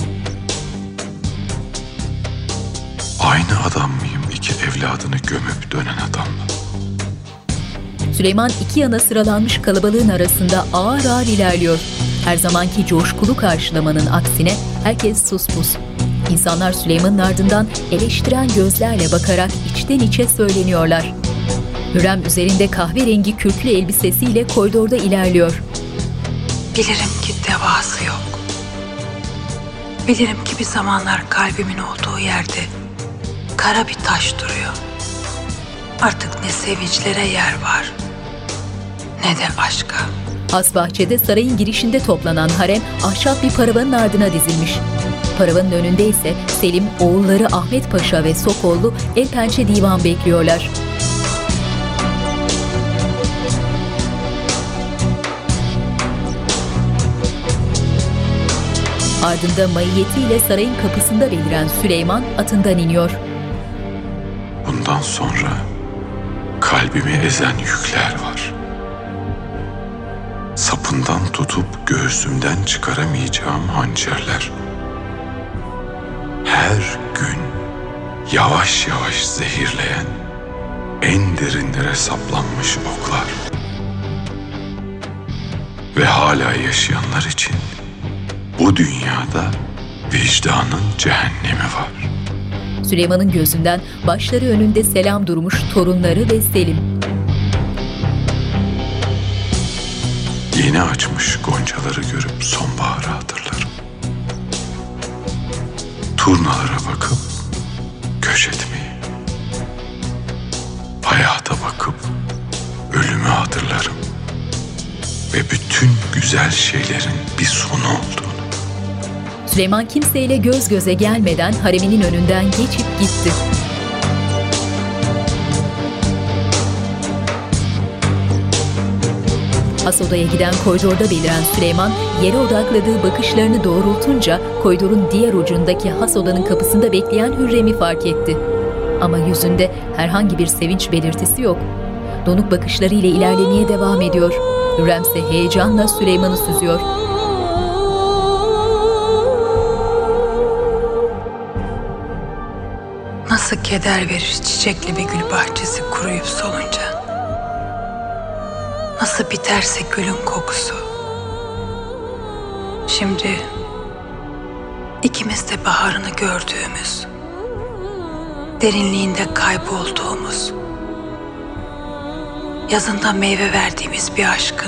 Aynı adam mıyım iki evladını gömüp dönen adamla? Süleyman iki yana sıralanmış kalabalığın arasında ağır ağır ilerliyor. Her zamanki coşkulu karşılamanın aksine herkes suspus. İnsanlar Süleyman'ın ardından eleştiren gözlerle bakarak içten içe söyleniyorlar. Hürrem üzerinde kahverengi kürklü elbisesiyle koridorda ilerliyor. Bilirim ki devası yok. Bilirim ki bir zamanlar kalbimin olduğu yerde kara bir taş duruyor. Artık ne sevinçlere yer var, ne de aşka. Has bahçede sarayın girişinde toplanan harem ahşap bir paravanın ardına dizilmiş. Paravanın önünde ise Selim, oğulları Ahmet Paşa ve Sokollu el pençe divan bekliyorlar. Ardında maiyetiyle sarayın kapısında beliren Süleyman atından iniyor. Bundan sonra kalbimi ezen yükler var. Sapından tutup göğsümden çıkaramayacağım hançerler. Her gün yavaş yavaş zehirleyen, en derinlere saplanmış oklar. Ve hala yaşayanlar için bu dünyada vicdanın cehennemi var. Süleyman'ın gözünden başları önünde selam durmuş torunları ve Selim. Yeni açmış goncaları görüp sonbaharı hatırlarım. Turnalara bakıp göç etmeyi. Hayata bakıp öldüğümü hatırlarım. Ve bütün güzel şeylerin bir sonu olduğunu. Süleyman kimseyle göz göze gelmeden hareminin önünden geçip gitti. Has odaya giden koridorda beliren Süleyman, yere odakladığı bakışlarını doğrultunca koridorun diğer ucundaki has odanın kapısında bekleyen Hürrem'i fark etti. Ama yüzünde herhangi bir sevinç belirtisi yok. Donuk bakışlarıyla ilerlemeye devam ediyor. Hürrem ise heyecanla Süleyman'ı süzüyor. Nasıl keder verir çiçekli bir gül bahçesi kuruyup solunca. Nasıl biterse gülün kokusu. Şimdi ikimiz de baharını gördüğümüz, derinliğinde kaybolduğumuz, yazında meyve verdiğimiz bir aşkın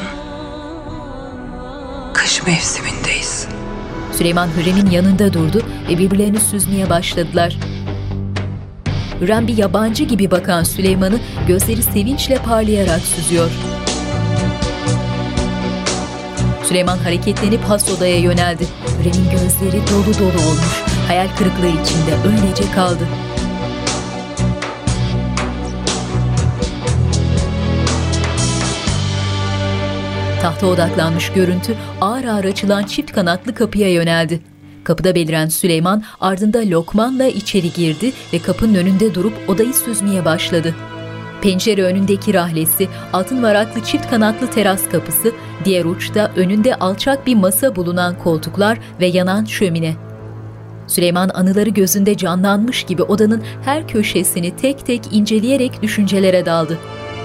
kış mevsimindeyiz. Süleyman Hürrem'in yanında durdu ve birbirlerini süzmeye başladılar. Hürrem bir yabancı gibi bakan Süleyman'ı gözleri sevinçle parlayarak süzüyor. Süleyman hareketlenip has odaya yöneldi. Hürrem'in gözleri dolu dolu olmuş. Hayal kırıklığı içinde öylece kaldı. Tahta odaklanmış görüntü ağır ağır açılan çift kanatlı kapıya yöneldi. Kapıda beliren Süleyman ardında Lokman'la içeri girdi ve kapının önünde durup odayı süzmeye başladı. Pencere önündeki rahlesi, altın varaklı çift kanatlı teras kapısı, diğer uçta önünde alçak bir masa bulunan koltuklar ve yanan şömine. Süleyman anıları gözünde canlanmış gibi odanın her köşesini tek tek inceleyerek düşüncelere daldı.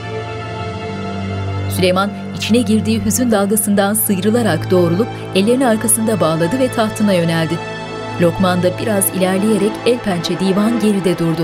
Süleyman içine girdiği hüzün dalgasından sıyrılarak doğrulup ellerini arkasında bağladı ve tahtına yöneldi. Lokman da biraz ilerleyerek el pençe divan geride durdu.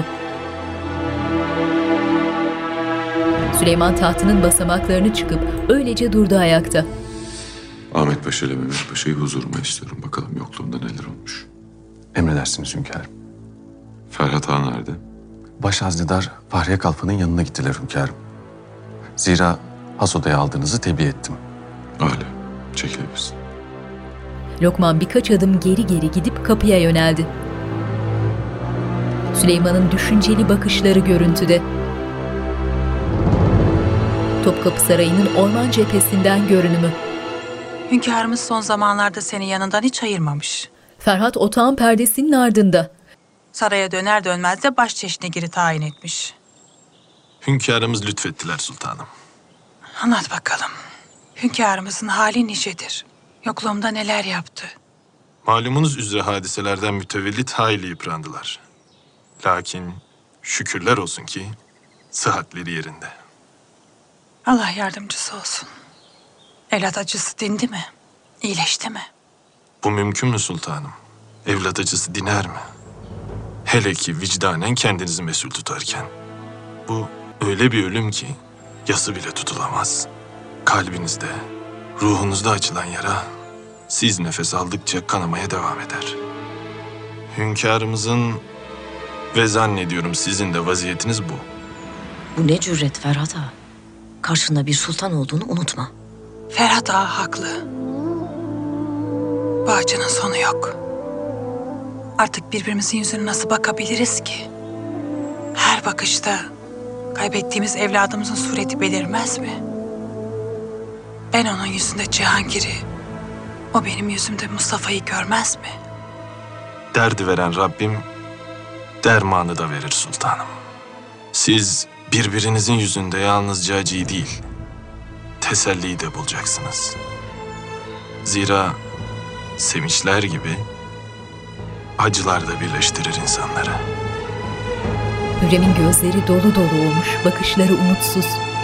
Süleyman tahtının basamaklarını çıkıp öylece durdu ayakta. Ahmet Paşa ile Mehmet Paşa'yı huzuruma istiyorum. Bakalım yokluğunda neler olmuş. Emredersiniz hünkârım. Ferhat Ağa nerede? Başhaznedar Fahriye Kalfa'nın yanına gittiler hünkârım. Zira has odaya aldığınızı tebliğ ettim. Öyle. Çekilebilirsin. Lokman birkaç adım geri gidip kapıya yöneldi. Süleyman'ın düşünceli bakışları görüntüde. Topkapı Sarayı'nın orman cephesinden görünümü. Hünkârımız son zamanlarda seni yanından hiç ayırmamış. Ferhat otağın perdesinin ardında. Saraya döner dönmez de başçeşnegiri tayin etmiş. Hünkârımız lütfettiler sultanım. Anlat bakalım. Hünkârımızın hali nicedir? Yokluğumda neler yaptı? Malumunuz üzere hadiselerden mütevellit hayli yıprandılar. Lakin şükürler olsun ki sıhhatleri yerinde. Allah yardımcısı olsun. Evlat acısı dindi mi? İyileşti mi? Bu mümkün mü sultanım? Evlat acısı diner mi? Hele ki vicdanen kendinizi mesul tutarken. Bu öyle bir ölüm ki yası bile tutulamaz. Kalbinizde, ruhunuzda açılan yara siz nefes aldıkça kanamaya devam eder. Hünkârımızın ve zannediyorum sizin de vaziyetiniz bu. Bu ne cüret Ferhat Ağa? Karşında bir sultan olduğunu unutma. Ferhat Ağa haklı. Bu acının sonu yok. Artık birbirimizin yüzüne nasıl bakabiliriz ki? Her bakışta kaybettiğimiz evladımızın sureti belirmez mi? Ben onun yüzünde Cihangir'i, o benim yüzümde Mustafa'yı görmez mi? Derdi veren Rabbim dermanı da verir sultanım. Siz birbirinizin yüzünde yalnızca acıyı değil, teselliyi de bulacaksınız. Zira sevinçler gibi acılar da birleştirir insanları. Hürrem'in gözleri dolu dolu olmuş, bakışları umutsuz.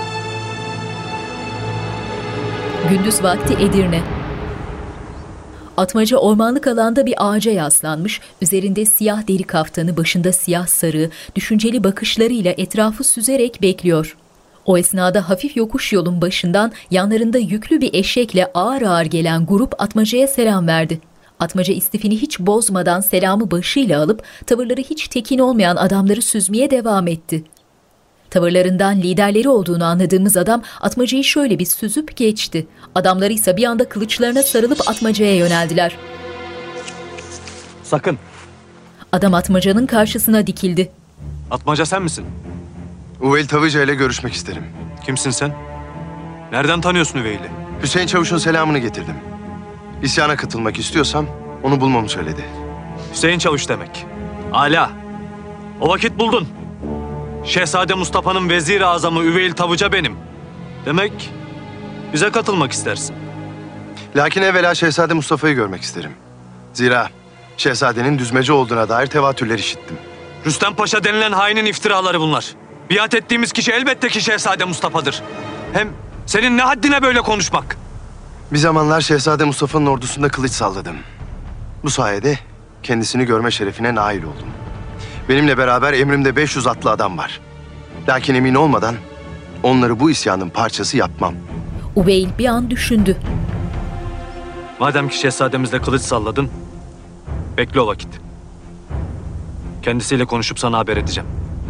Gündüz vakti Edirne. Atmaca ormanlık alanda bir ağaca yaslanmış, üzerinde siyah deri kaftanı, başında siyah sarığı, düşünceli bakışlarıyla etrafı süzerek bekliyor. O esnada hafif yokuş yolun başından yanlarında yüklü bir eşekle ağır ağır gelen grup Atmaca'ya selam verdi. Atmaca istifini hiç bozmadan selamı başıyla alıp tavırları hiç tekin olmayan adamları süzmeye devam etti. Tavırlarından liderleri olduğunu anladığımız adam Atmaca'yı şöyle bir süzüp geçti. Adamları ise bir anda kılıçlarına sarılıp Atmaca'ya yöneldiler. Sakın. Adam Atmaca'nın karşısına dikildi. Atmaca sen misin? Üveyl Tavıca ile görüşmek isterim. Kimsin sen? Nereden tanıyorsun Üveyl'i? Hüseyin Çavuş'un selamını getirdim. İsyana katılmak istiyorsam onu bulmamı söyledi. Hüseyin Çavuş demek. Âlâ. O vakit buldun. Şehzade Mustafa'nın vezir-i azamı Üveyl Tavıca benim. Demek bize katılmak istersin. Lakin evvela Şehzade Mustafa'yı görmek isterim. Zira Şehzadenin düzmece olduğuna dair tevatürler işittim. Rüstem Paşa denilen hainin iftiraları bunlar. Biat ettiğimiz kişi elbette ki Şehzade Mustafa'dır. Hem senin ne haddine böyle konuşmak? Bir zamanlar Şehzade Mustafa'nın ordusunda kılıç salladım. Bu sayede kendisini görme şerefine nail oldum. Benimle beraber emrimde 500 atlı adam var. Lakin emin olmadan onları bu isyanın parçası yapmam. Üveyl bir an düşündü. Madem ki şehzademizle kılıç salladın, bekle o vakit. Kendisiyle konuşup sana haber edeceğim.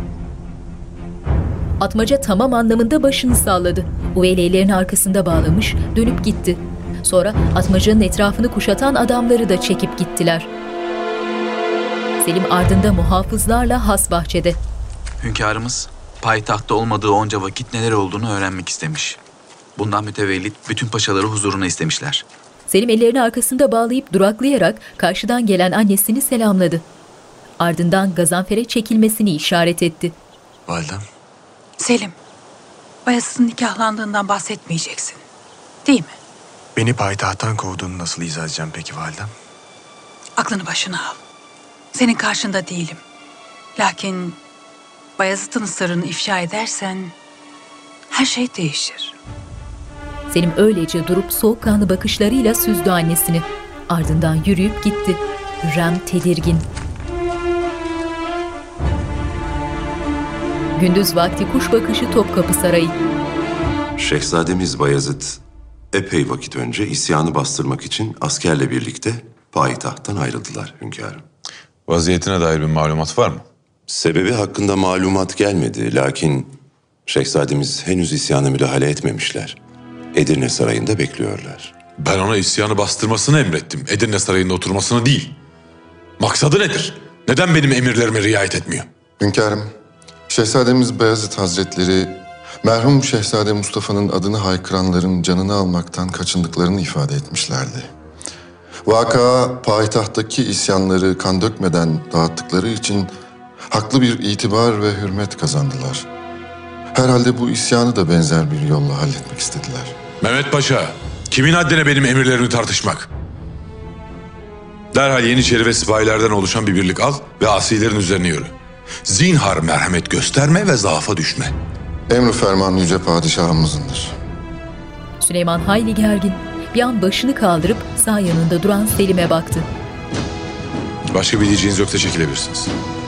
Atmaca tamam anlamında başını salladı. Üveyl ellerini arkasında bağlamış, dönüp gitti. Sonra Atmaca'nın etrafını kuşatan adamları da çekip gittiler. Selim ardında muhafızlarla has bahçede. Hünkârımız payitahtta olmadığı onca vakit neler olduğunu öğrenmek istemiş. Bundan mütevellit bütün paşaları huzuruna istemişler. Selim ellerini arkasında bağlayıp duraklayarak karşıdan gelen annesini selamladı. Ardından Gazanfer'e çekilmesini işaret etti. Validem. Selim, Bayezid'in nikahlandığından bahsetmeyeceksin. Değil mi? Beni payitahttan kovduğunu nasıl izah edeceğim peki validem? Aklını başına al. Senin karşında değilim. Lakin Bayezid'in sırrını ifşa edersen her şey değişir. Selim öylece durup soğukkanlı bakışlarıyla süzdü annesini. Ardından yürüyüp gitti. Hürrem tedirgin. Gündüz vakti kuş bakışı Topkapı Sarayı. Şehzademiz Bayezid epey vakit önce isyanı bastırmak için askerle birlikte payitahttan ayrıldılar hünkârım. Vaziyetine dair bir malumat var mı? Sebebi hakkında malumat gelmedi. Lakin şehzademiz henüz isyana müdahale etmemişler. Edirne Sarayı'nda bekliyorlar. Ben ona isyanı bastırmasını emrettim. Edirne Sarayı'nda oturmasını değil. Maksadı nedir? Neden benim emirlerime riayet etmiyor? Hünkârım, Şehzademiz Beyazıt Hazretleri merhum Şehzade Mustafa'nın adını haykıranların canını almaktan kaçındıklarını ifade etmişlerdi. Vaka payitahttaki isyanları kan dökmeden dağıttıkları için haklı bir itibar ve hürmet kazandılar. Herhalde bu isyanı da benzer bir yolla halletmek istediler. Mehmet Paşa, kimin haddine benim emirlerimi tartışmak? Derhal Yeniçeri ve sipahilerden oluşan bir birlik al ve asilerin üzerine yürü. Zinhar merhamet gösterme ve zaafa düşme. Emr-i ferman yüce padişahımızındır. Süleyman hayli gergin. Bir an başını kaldırıp sağ yanında duran Selim'e baktı. Başka bir diyeceğiniz yoksa çekilebilirsiniz.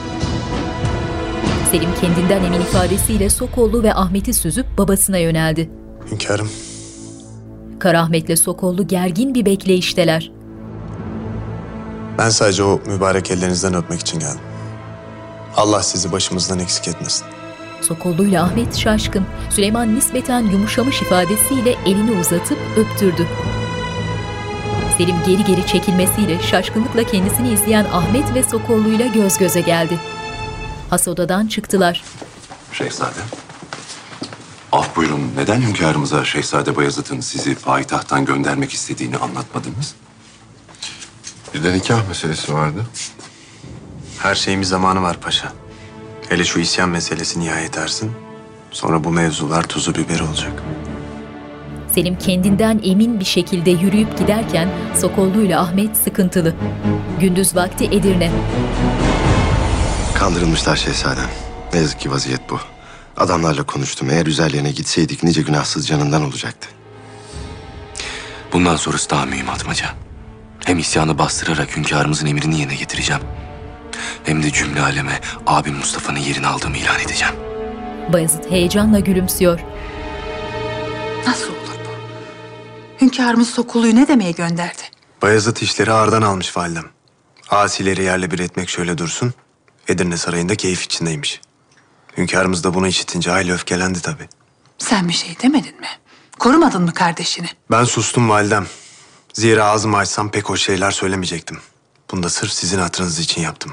Selim kendinden emin ifadesiyle Sokollu ve Ahmet'i süzüp babasına yöneldi. Hünkârım. Karahmet'le Sokollu gergin bir bekleyişteler. Ben sadece o mübarek ellerinizden öpmek için geldim. Allah sizi başımızdan eksik etmesin. Sokollu'yla Ahmet şaşkın. Süleyman nispeten yumuşamış ifadesiyle elini uzatıp öptürdü. Selim geri geri çekilmesiyle şaşkınlıkla kendisini izleyen Ahmet ve Sokollu'yla göz göze geldi. Has odadan çıktılar. Şehzadem. Af buyurun, neden hünkârımıza Şehzade Bayezid'in sizi payitahttan göndermek istediğini anlatmadınız? Bir de nikah meselesi vardı. Her şeyin bir zamanı var paşa. Hele şu isyan meselesi nihayet ersin. Sonra bu mevzular tuzu biberi olacak. Selim kendinden emin bir şekilde yürüyüp giderken Sokollu'yla Ahmet sıkıntılı. Gündüz vakti Edirne. Kandırılmışlar şehzadem. Ne yazık ki vaziyet bu. Adamlarla konuştum. Eğer üzerlerine gitseydik nice günahsız canından olacaktı. Bundan sonrası daha mühim Atmaca. Hem isyanı bastırarak hünkârımızın emrini yerine getireceğim. Hem de cümle aleme abim Mustafa'nın yerini aldığımı ilan edeceğim. Bayezid heyecanla gülümsüyor. Nasıl olur bu? Hünkârımız Sokollu'yu ne demeye gönderdi? Bayezid işleri ağırdan almış validem. Asileri yerle bir etmek şöyle dursun. Edirne Sarayı'nda keyif içindeymiş. Hünkârımız da bunu işitince hayli öfkelendi tabii. Sen bir şey demedin mi? Korumadın mı kardeşini? Ben sustum validem. Zira ağzımı açsam pek hoş şeyler söylemeyecektim. Bunu da sırf sizin hatırınız için yaptım.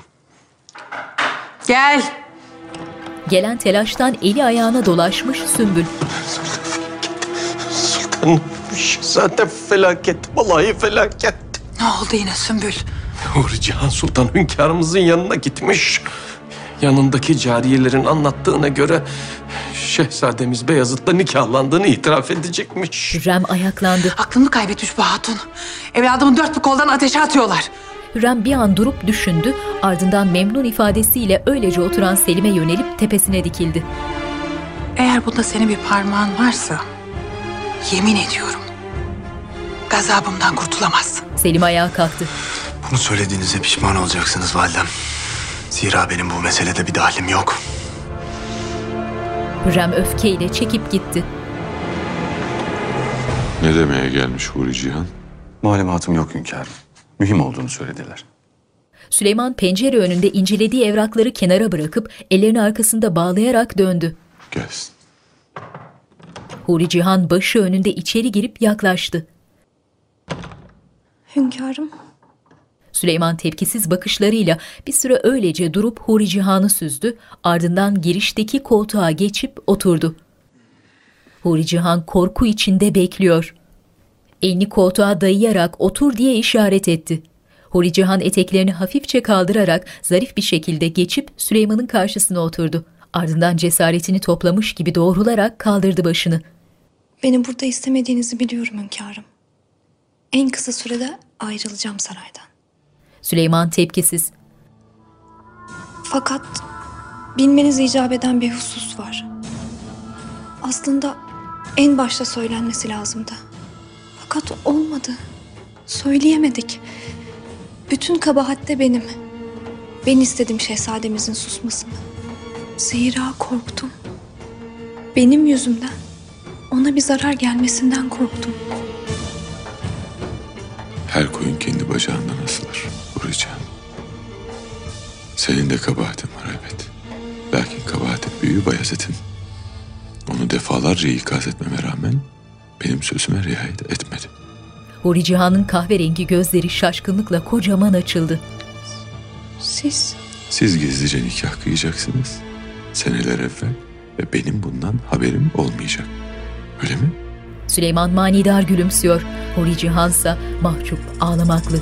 Gel. Gelen telaştan eli ayağına dolaşmış Sümbül. Sultanım, zaten felaket, vallahi felaket. Ne oldu yine Sümbül? Huri Cihan Sultan hünkârımızın yanına gitmiş. Yanındaki cariyelerin anlattığına göre Şehzademiz Beyazıt'la nikahlandığını itiraf edecekmiş. Hürrem ayaklandı. Aklını kaybetmiş bu hatun. Evladımın dört bir koldan ateşe atıyorlar. Hürrem bir an durup düşündü, ardından memnun ifadesiyle öylece oturan Selim'e yönelip tepesine dikildi. Eğer bunda senin bir parmağın varsa, yemin ediyorum, gazabımdan kurtulamazsın. Selim ayağa kalktı. Bunu söylediğinize pişman olacaksınız validem. Zira benim bu meselede bir dahlim yok. Hürrem öfkeyle çekip gitti. Ne demeye gelmiş Huri Cihan? Malumatım yok hünkârım. Mühim olduğunu söylediler. Süleyman pencere önünde incelediği evrakları kenara bırakıp ellerini arkasında bağlayarak döndü. Gelsin. Huri Cihan başı önünde içeri girip yaklaştı. Hünkârım. Süleyman tepkisiz bakışlarıyla bir süre öylece durup Huri Cihan'ı süzdü, ardından girişteki koltuğa geçip oturdu. Huri Cihan korku içinde bekliyor. Elini koltuğa dayayarak otur diye işaret etti. Huri Cihan eteklerini hafifçe kaldırarak zarif bir şekilde geçip Süleyman'ın karşısına oturdu. Ardından cesaretini toplamış gibi doğrularak kaldırdı başını. Beni burada istemediğinizi biliyorum hünkârım. En kısa sürede ayrılacağım saraydan. Süleyman tepkisiz. Fakat bilmeniz icap eden bir husus var. Aslında en başta söylenmesi lazımdı. Fakat olmadı. Söyleyemedik. Bütün kabahat de benim. Ben istedim şehzademizin susmasını. Zira korktum. Benim yüzümden ona bir zarar gelmesinden korktum. Her koyun kendi bacağından asılır Huri Cihan. Senin de kabahatin var elbet. Lakin kabahatin büyüğü Bayezid'in. Onu defalarca ikaz etmeme rağmen benim sözüme riayet etmedi. Huri Cihan'ın kahverengi gözleri şaşkınlıkla kocaman açıldı. Siz gizlice nikah kıyacaksınız. Seneler evvel ve benim bundan haberim olmayacak. Öyle mi? Süleyman manidar gülümsüyor. Huri Cihan'sa mahcup, ağlamaklı.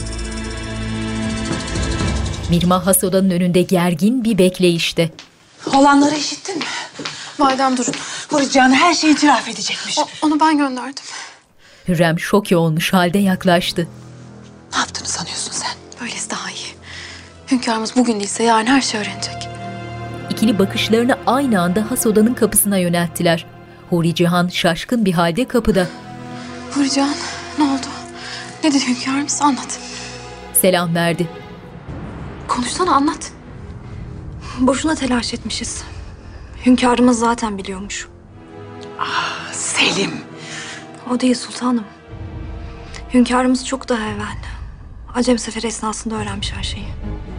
Mirmah has odanın önünde gergin bir bekleyişte. Olanları işittin mi? Validem durun. Huri Cihan her şeyi itiraf edecekmiş. Onu ben gönderdim. Hürrem şoke olmuş halde yaklaştı. Ne yaptığını sanıyorsun sen? Böylesi daha iyi. Hünkârımız bugün değilse yarın her şey öğrenecek. İkili bakışlarını aynı anda has odanın kapısına yönelttiler. Huri Cihan şaşkın bir halde kapıda. Huri Cihan, ne oldu? Ne dedi hünkârımız? Anlat. Selam verdi. Konuşsana, anlat. Boşuna telaş etmişiz. Hünkârımız zaten biliyormuş. Ah Selim. O değil sultanım. Hünkârımız çok daha evvel Acem seferi esnasında öğrenmiş her şeyi.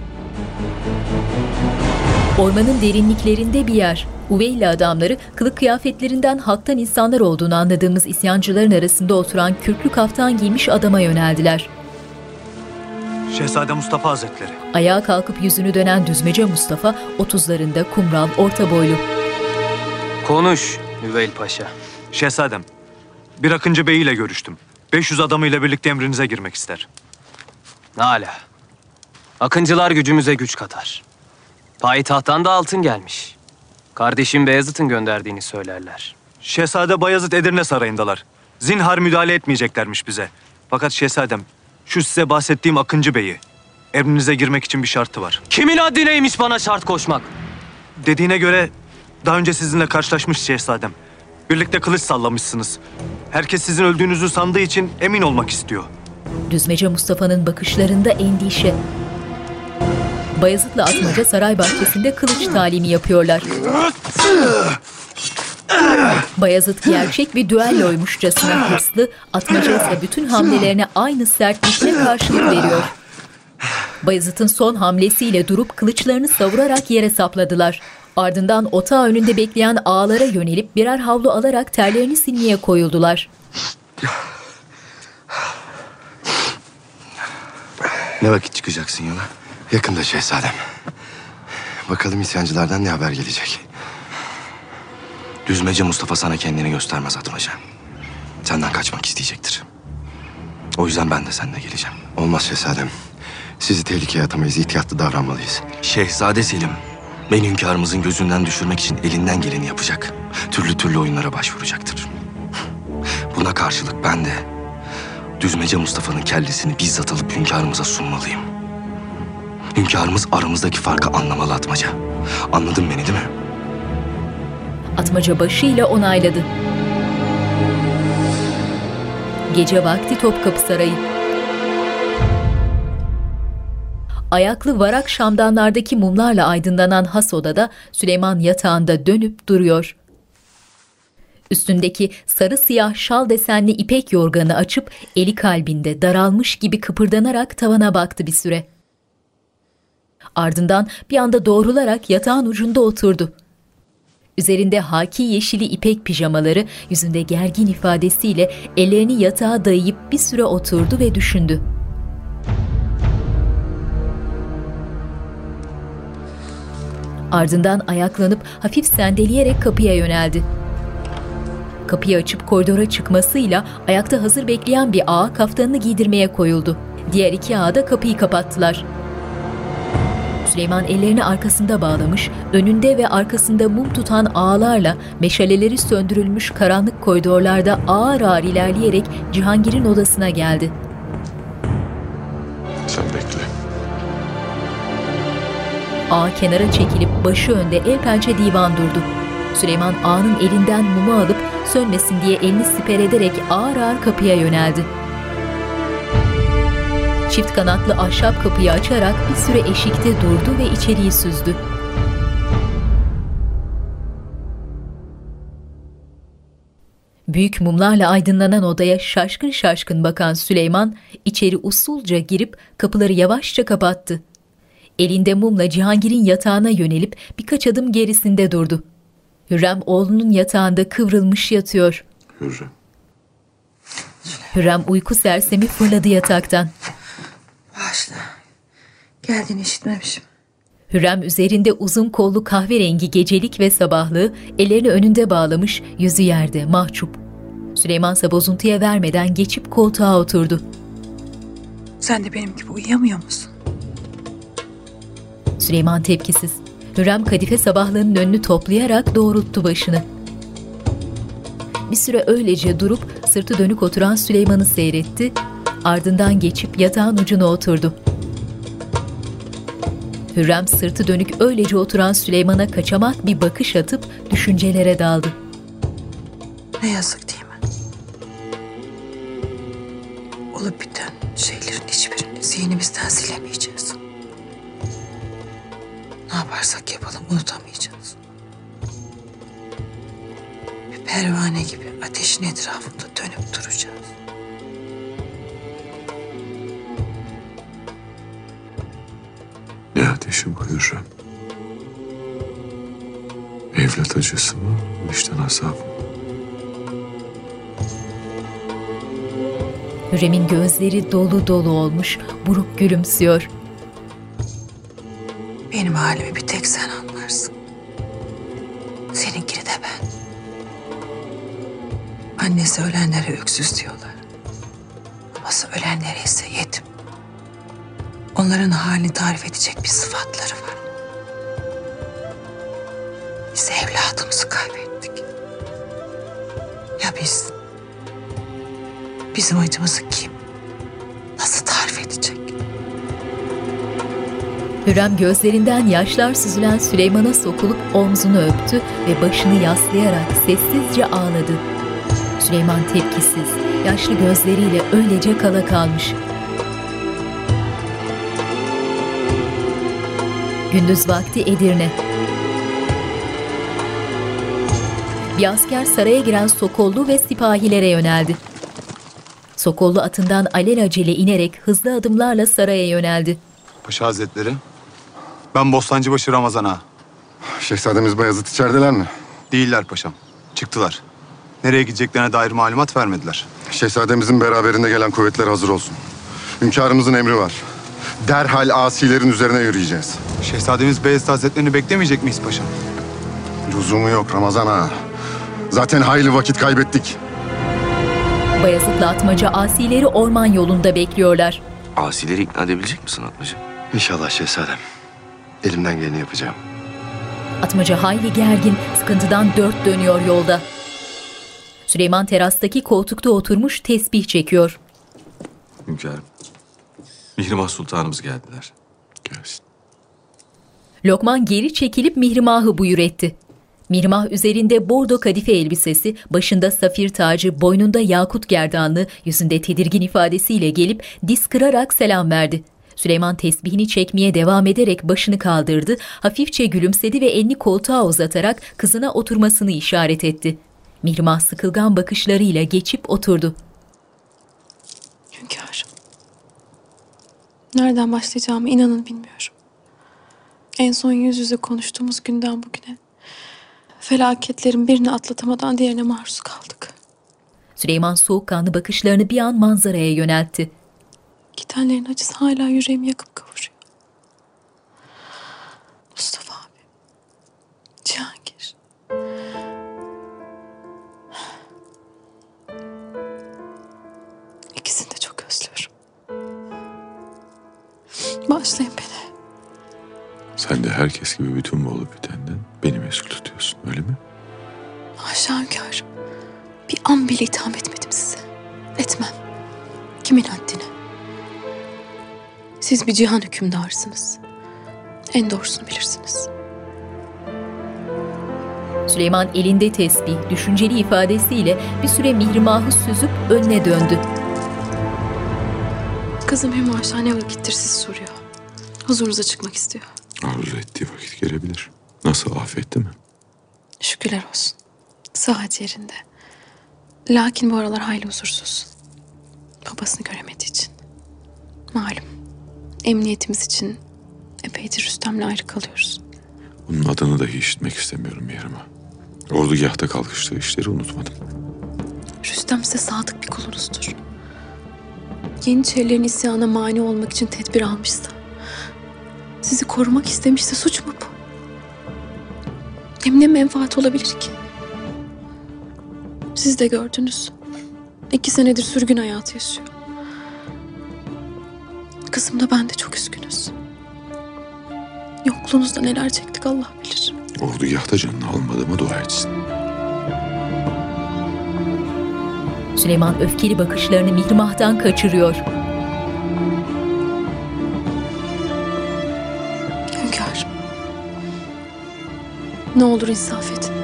Ormanın derinliklerinde bir yer. Uveyli adamları kılık kıyafetlerinden halktan insanlar olduğunu anladığımız isyancıların arasında oturan kürklü kaftan giymiş adama yöneldiler. Şehzade Mustafa Hazretleri. Ayağa kalkıp yüzünü dönen düzmece Mustafa 30'larında kumral, orta boylu. Konuş Üveyl Paşa. Şehzadem, bir Akıncı Bey ile görüştüm. 500 adamıyla birlikte emrinize girmek ister. Hala. Akıncılar gücümüze güç katar. Payitahttan da altın gelmiş. Kardeşim Beyazıt'ın gönderdiğini söylerler. Şehzade Bayezid Edirne Sarayı'ndalar. Zinhar müdahale etmeyeceklermiş bize. Fakat şehzadem, şu size bahsettiğim Akıncı Bey'i emrinize girmek için bir şartı var. Kimin haddineymiş bana şart koşmak? Dediğine göre daha önce sizinle karşılaşmış şehzadem. Birlikte kılıç sallamışsınız. Herkes sizin öldüğünüzü sandığı için emin olmak istiyor. Düzmece Mustafa'nın bakışlarında endişe. Bayezid'le Atmaca saray bahçesinde kılıç talimi yapıyorlar. Bayezid gerçek bir düelloymuşçasına hırslı, Atmaca ise bütün hamlelerine aynı sertlikle karşılık veriyor. Bayezid'in son hamlesiyle durup kılıçlarını savurarak yere sapladılar. Ardından otağı önünde bekleyen ağalara yönelip birer havlu alarak terlerini silmeye koyuldular. Ne vakit çıkacaksın yola? Yakında şehzadem. Bakalım isyancılardan ne haber gelecek? Düzmece Mustafa sana kendini göstermez Atmaca. Senden kaçmak isteyecektir. O yüzden ben de seninle geleceğim. Olmaz şehzadem. Sizi tehlikeye atamayız, ihtiyatlı davranmalıyız. Şehzade Selim, beni hünkârımızın gözünden düşürmek için elinden geleni yapacak. Türlü türlü oyunlara başvuracaktır. Buna karşılık ben de Düzmece Mustafa'nın kellesini bizzat alıp hünkârımıza sunmalıyım. Hünkârımız aramızdaki farkı anlamalı Atmaca. Anladın beni değil mi? Atmaca başıyla onayladı. Gece vakti Topkapı Sarayı. Ayaklı varak şamdanlardaki mumlarla aydınlanan has odada Süleyman yatağında dönüp duruyor. Üstündeki sarı siyah şal desenli ipek yorganı açıp eli kalbinde daralmış gibi kıpırdanarak tavana baktı bir süre. Ardından bir anda doğrularak yatağın ucunda oturdu. Üzerinde haki yeşili ipek pijamaları, yüzünde gergin ifadesiyle ellerini yatağa dayayıp bir süre oturdu ve düşündü. Ardından ayaklanıp hafif sendeleyerek kapıya yöneldi. Kapıyı açıp koridora çıkmasıyla ayakta hazır bekleyen bir ağa kaftanını giydirmeye koyuldu. Diğer iki ağa da kapıyı kapattılar. Süleyman ellerini arkasında bağlamış, önünde ve arkasında mum tutan ağalarla meşaleleri söndürülmüş karanlık koridorlarda ağır ağır ilerleyerek Cihangir'in odasına geldi. Sen bekle. Ağa kenara çekilip başı önde el pençe divan durdu. Süleyman ağanın elinden mumu alıp sönmesin diye elini siper ederek ağır ağır kapıya yöneldi. Çift kanatlı ahşap kapıyı açarak bir süre eşikte durdu ve içeriği süzdü. Büyük mumlarla aydınlanan odaya şaşkın şaşkın bakan Süleyman içeri usulca girip kapıları yavaşça kapattı. Elinde mumla Cihangir'in yatağına yönelip birkaç adım gerisinde durdu. Hürrem oğlunun yatağında kıvrılmış yatıyor. Hürrem. Hürrem uyku sersemi fırladı yataktan. Bağışla. Geldiğini işitmemişim. Hürrem üzerinde uzun kollu kahverengi gecelik ve sabahlığı, ellerini önünde bağlamış, yüzü yerde, mahcup. Süleymansa bozuntuya vermeden geçip koltuğa oturdu. Sen de benim gibi uyuyamıyor musun? Süleyman tepkisiz. Hürrem kadife sabahlığının önünü toplayarak doğrulttu başını. Bir süre öylece durup sırtı dönük oturan Süleyman'ı seyretti, ardından geçip yatağın ucuna oturdu. Hürrem sırtı dönük öylece oturan Süleyman'a kaçamak bir bakış atıp düşüncelere daldı. Ne yazık değil mi? Olup biten şeylerin hiçbirini zihnimizden silemeyeceğiz. Ne yaparsak yapalım unutamayacağız. Bir pervane gibi ateşin etrafında dönüp duracağız. Ne ateşi bu Hürrem? Evlat acısı mı, vicdan azabı mı? Hürrem'in gözleri dolu dolu olmuş, buruk gülümsüyor. Benim halimi bir tek sen anlarsın. Seninkini de ben. Annesi ölenlere öksüz diyorlar. Babası ölenlere ise yetim. Onların halini tarif edecek bir sıfatları var. Biz evladımızı kaybettik. Ya biz? Bizim acımızı kim, nasıl tarif edecek? Hürrem gözlerinden yaşlar süzülen Süleyman'a sokulup omzunu öptü ve başını yaslayarak sessizce ağladı. Süleyman tepkisiz, yaşlı gözleriyle öylece kala kalmış. Gündüz vakti Edirne. Bir asker saraya giren Sokollu ve sipahilere yöneldi. Sokollu atından alelacele inerek hızlı adımlarla saraya yöneldi. Paşa Hazretleri, ben Bostancıbaşı Ramazan Ağa. Şehzademiz Bayezid içerideler mi? Değiller paşam. Çıktılar. Nereye gideceklerine dair malumat vermediler. Şehzademizin beraberinde gelen kuvvetler hazır olsun. Hünkârımızın emri var. Derhal asilerin üzerine yürüyeceğiz. Şehzademiz Beyazıt Hazretlerini beklemeyecek miyiz paşam? Lüzumu yok Ramazan ağa. Zaten hayli vakit kaybettik. Bayezid'le Atmaca asileri orman yolunda bekliyorlar. Asileri ikna edebilecek misin Atmaca? İnşallah şehzadem. Elimden geleni yapacağım. Atmaca hayli gergin, sıkıntıdan dört dönüyor yolda. Süleyman terastaki koltukta oturmuş tesbih çekiyor. Hünkârım, Mihrimah Sultanımız geldiler. Gelsin. Lokman geri çekilip Mihrimah'ı buyur etti. Mihrimah üzerinde bordo kadife elbisesi, başında safir tacı, boynunda yakut gerdanlığı, yüzünde tedirgin ifadesiyle gelip diz kırarak selam verdi. Süleyman tesbihini çekmeye devam ederek başını kaldırdı, hafifçe gülümsedi ve elini koltuğa uzatarak kızına oturmasını işaret etti. Mihrimah sıkılgan bakışlarıyla geçip oturdu. Hünkârım. Nereden başlayacağımı inanın bilmiyorum. En son yüz yüze konuştuğumuz günden bugüne felaketlerin birini atlatamadan diğerine maruz kaldık. Süleyman soğukkanlı bakışlarını bir an manzaraya yöneltti. Gidenlerin acısı hala yüreğimi yakıp kavuruyor. Mustafa abi, Cihangir. İkisini de çok özlüyorum. Bağışlayın beni. Sen de herkes gibi bütün bu olup bitenden beni mesul tutuyorsun, öyle mi? Haşa hünkârım. Bir an bile itham etmedim size. Etmem. Kimin haddine? Siz bir cihan hükümdarısınız. En doğrusunu bilirsiniz. Süleyman elinde tesbih, düşünceli ifadesiyle bir süre Mihrimah'ı süzüp önüne döndü. Kızım Hümaşa ne vakittir sizi soruyor. Huzurunuza çıkmak istiyor. Arzu ettiği vakit gelebilir. Nasıl, affetti mi? Şükürler olsun. Sıhhat yerinde. Lakin bu aralar hayli huzursuz. Babasını göremediği için. Malum. Emniyetimiz için epeydir Rüstem'le ayrı kalıyoruz. Bunun adını dahi işitmek istemiyorum Mihrimah. Ordugahta kalkıştığı işleri unutmadım. Rüstem size sadık bir kulunuzdur. Yeniçerilerin isyana mani olmak için tedbir almışsa, sizi korumak istemişse suç mu bu? Hem ne menfaat olabilir ki? Siz de gördünüz. 2 senedir sürgün hayatı yaşıyor. Kızım da ben de çok üzgünüz. Yokluğunuzda neler çektik Allah bilir. Ordugahta canını almadığıma dua etsin. Süleyman öfkeli bakışlarını Mihrimah'tan kaçırıyor. Hünkârım. Ne olur insaf edin.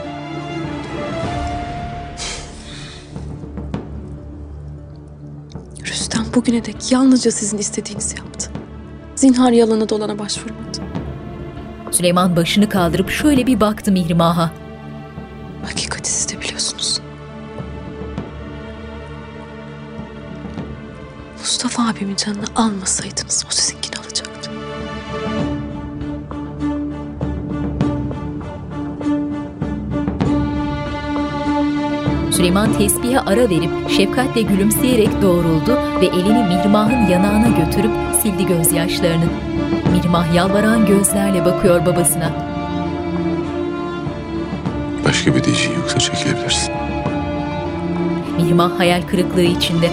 Rüstem bugüne dek yalnızca sizin istediğinizi yaptı. Zinhar yalana dolana başvurmadı. Süleyman başını kaldırıp şöyle bir baktı Mihrimah'a. Hakikati siz de biliyorsunuz. Mustafa abimin canını almasaydınız o sizinkini alacaktı. Süleyman tesbihe ara verip şefkatle gülümseyerek doğruldu ve elini Mihrimah'ın yanağına götürüp sildi gözyaşlarını. Mihrimah yalvaran gözlerle bakıyor babasına. Başka bir diyeceğin yoksa çekilebilirsin. Mihrimah hayal kırıklığı içinde.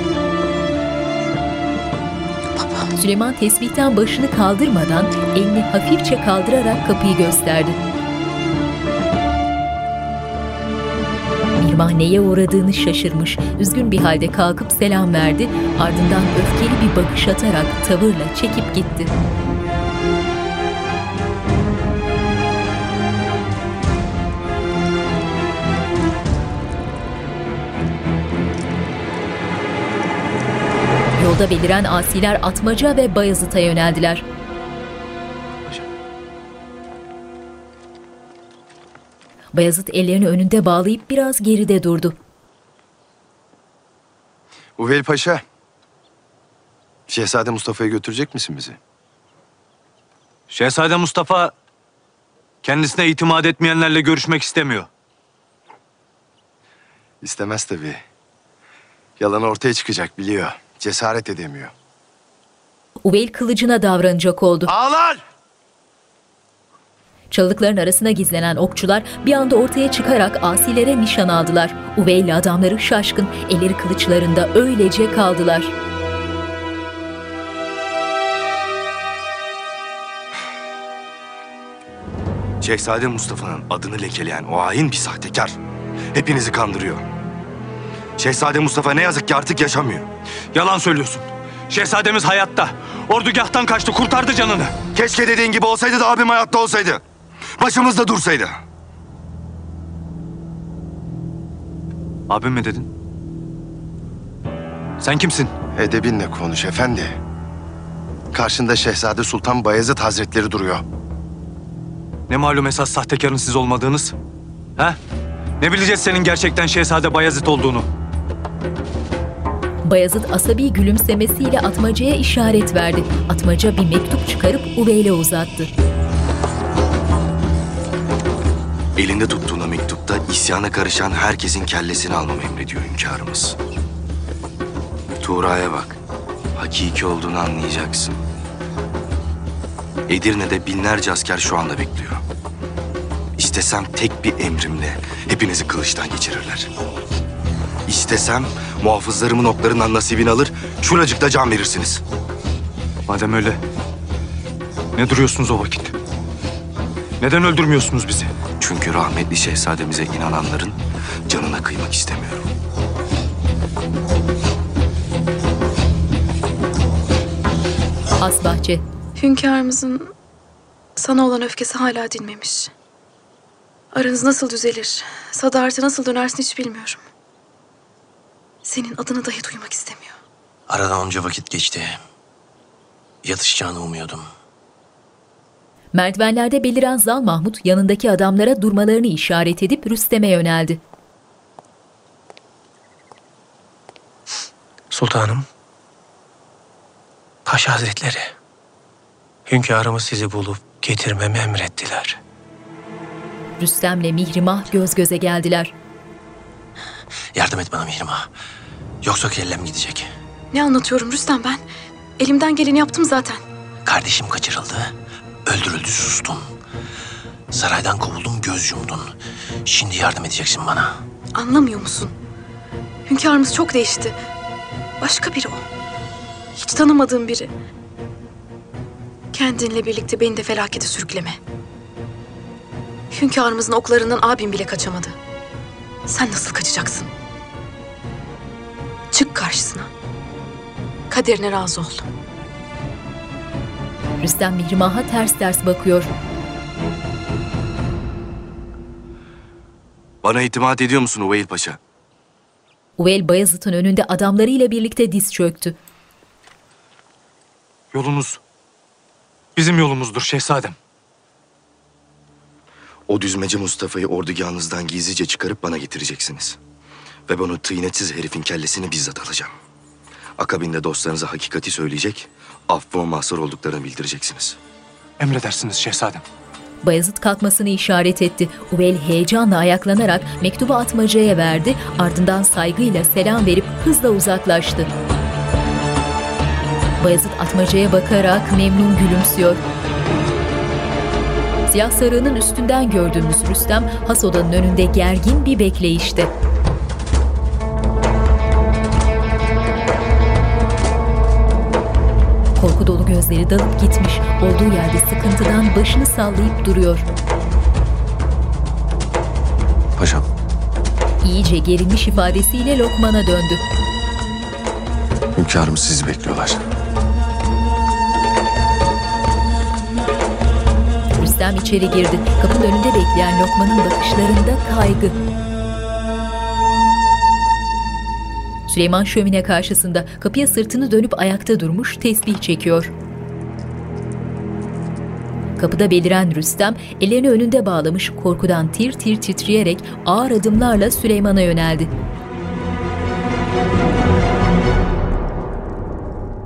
Baba. Süleyman tesbihten başını kaldırmadan elini hafifçe kaldırarak kapıyı gösterdi. Mihrimah neye uğradığını şaşırmış, üzgün bir halde kalkıp selam verdi, ardından öfkeli bir bakış atarak tavırla çekip gitti. Yolda beliren asiler Atmaca ve Bayezid'e yöneldiler. Bayezid ellerini önünde bağlayıp biraz geride durdu. Uveyl Paşa, Şehzade Mustafa'yı götürecek misin bizi? Şehzade Mustafa Kendisine itimat etmeyenlerle görüşmek istemiyor. İstemez tabii. Yalan ortaya çıkacak biliyor. Cesaret edemiyor. Uveil kılıcına davranacak oldu. Ağlar! Çalılıkların arasına gizlenen okçular bir anda ortaya çıkarak asilere nişan aldılar. Uveil adamları şaşkın, elleri kılıçlarında öylece kaldılar. Şehzade Mustafa'nın adını lekeleyen o hain bir sahtekar. Hepinizi kandırıyor. Şehzade Mustafa ne yazık ki artık yaşamıyor. Yalan söylüyorsun. Şehzademiz hayatta. Ordugahtan kaçtı, kurtardı canını. Keşke dediğin gibi olsaydı da abim hayatta olsaydı. Başımızda dursaydı. Abim mi dedin? Sen kimsin? Edebinle konuş efendi. Karşında Şehzade Sultan Bayezid Hazretleri duruyor. Ne malum esas sahtekarın siz olmadığınız? Ha? Ne bileceğiz senin gerçekten Şehzade Bayezid olduğunu? Bayezid asabi gülümsemesiyle Atmaca'ya işaret verdi. Atmaca bir mektup çıkarıp Uveil'e uzattı. Elinde tuttuğuna mektupta isyana karışan herkesin kellesini almamı emrediyor hünkârımız. Tuğra'ya bak. Hakiki olduğunu anlayacaksın. Edirne'de binlerce asker şu anda bekliyor. İstesem tek bir emrimle hepinizi kılıçtan geçirirler. İstesem muhafızlarımın oklarından nasibini alır, şuracıkta can verirsiniz. Madem öyle, ne duruyorsunuz o vakit? Neden öldürmüyorsunuz bizi? Çünkü rahmetli şehzademize inananların canına kıymak istemiyorum. Hasbahçe. Hünkârımızın sana olan öfkesi hala dinmemiş. Aranız nasıl düzelir, sadarete nasıl dönersin hiç bilmiyorum. Senin adını dahi duymak istemiyor. Aradan onca vakit geçti. Yatışacağını umuyordum. Merdivenlerde beliren Zal Mahmut yanındaki adamlara durmalarını işaret edip Rüstem'e yöneldi. Sultanım, Paşa Hazretleri, hünkârımız sizi bulup getirmemi emrettiler. Rüstem'le Mihrimah göz göze geldiler. Yardım et bana Mihrimah. Yoksa kellem gidecek. Ne anlatıyorum Rüstem ben? Elimden geleni yaptım zaten. Kardeşim kaçırıldı. Öldürüldü, sustun. Saraydan kovuldum, göz yumdun. Şimdi yardım edeceksin bana. Anlamıyor musun? Hünkârımız çok değişti. Başka biri o. Hiç tanımadığım biri. Kendinle birlikte beni de felakete sürükleme. Hünkârımızın oklarından abim bile kaçamadı. Sen nasıl kaçacaksın? Çık karşısına. Kaderine razı ol. Rüstem Mihrimah'a ters ters bakıyor. Bana itimat ediyor musun Uveil Paşa? Uveil Bayezid'in önünde adamlarıyla birlikte diz çöktü. Yolunuz bizim yolumuzdur şehzadem. O düzmece Mustafa'yı ordugahınızdan gizlice çıkarıp bana getireceksiniz. Ve bunu tıynetsiz herifin kellesini bizzat alacağım. Akabinde dostlarınıza hakikati söyleyecek, affıma mahsur olduklarını bildireceksiniz. Emredersiniz şehzadem. Bayezid kalkmasını işaret etti. Uveil heyecanla ayaklanarak mektubu Atmaca'ya verdi, ardından saygıyla selam verip hızla uzaklaştı. Bayezid Atmaca'ya bakarak memnun gülümsüyor. Siyah sarığının üstünden gördüğümüz Rüstem, has odanın önünde gergin bir bekleyişte. Korku dolu gözleri dalıp gitmiş, olduğu yerde sıkıntıdan başını sallayıp duruyor. Paşam. İyice gerilmiş ifadesiyle Lokman'a döndü. Hünkârımız sizi bekliyorlar. Rüstem içeri girdi. Kapının önünde bekleyen Lokman'ın bakışlarında kaygı. Süleyman şömine karşısında kapıya sırtını dönüp ayakta durmuş, tesbih çekiyor. Kapıda beliren Rüstem ellerini önünde bağlamış, korkudan tir tir titreyerek ağır adımlarla Süleyman'a yöneldi.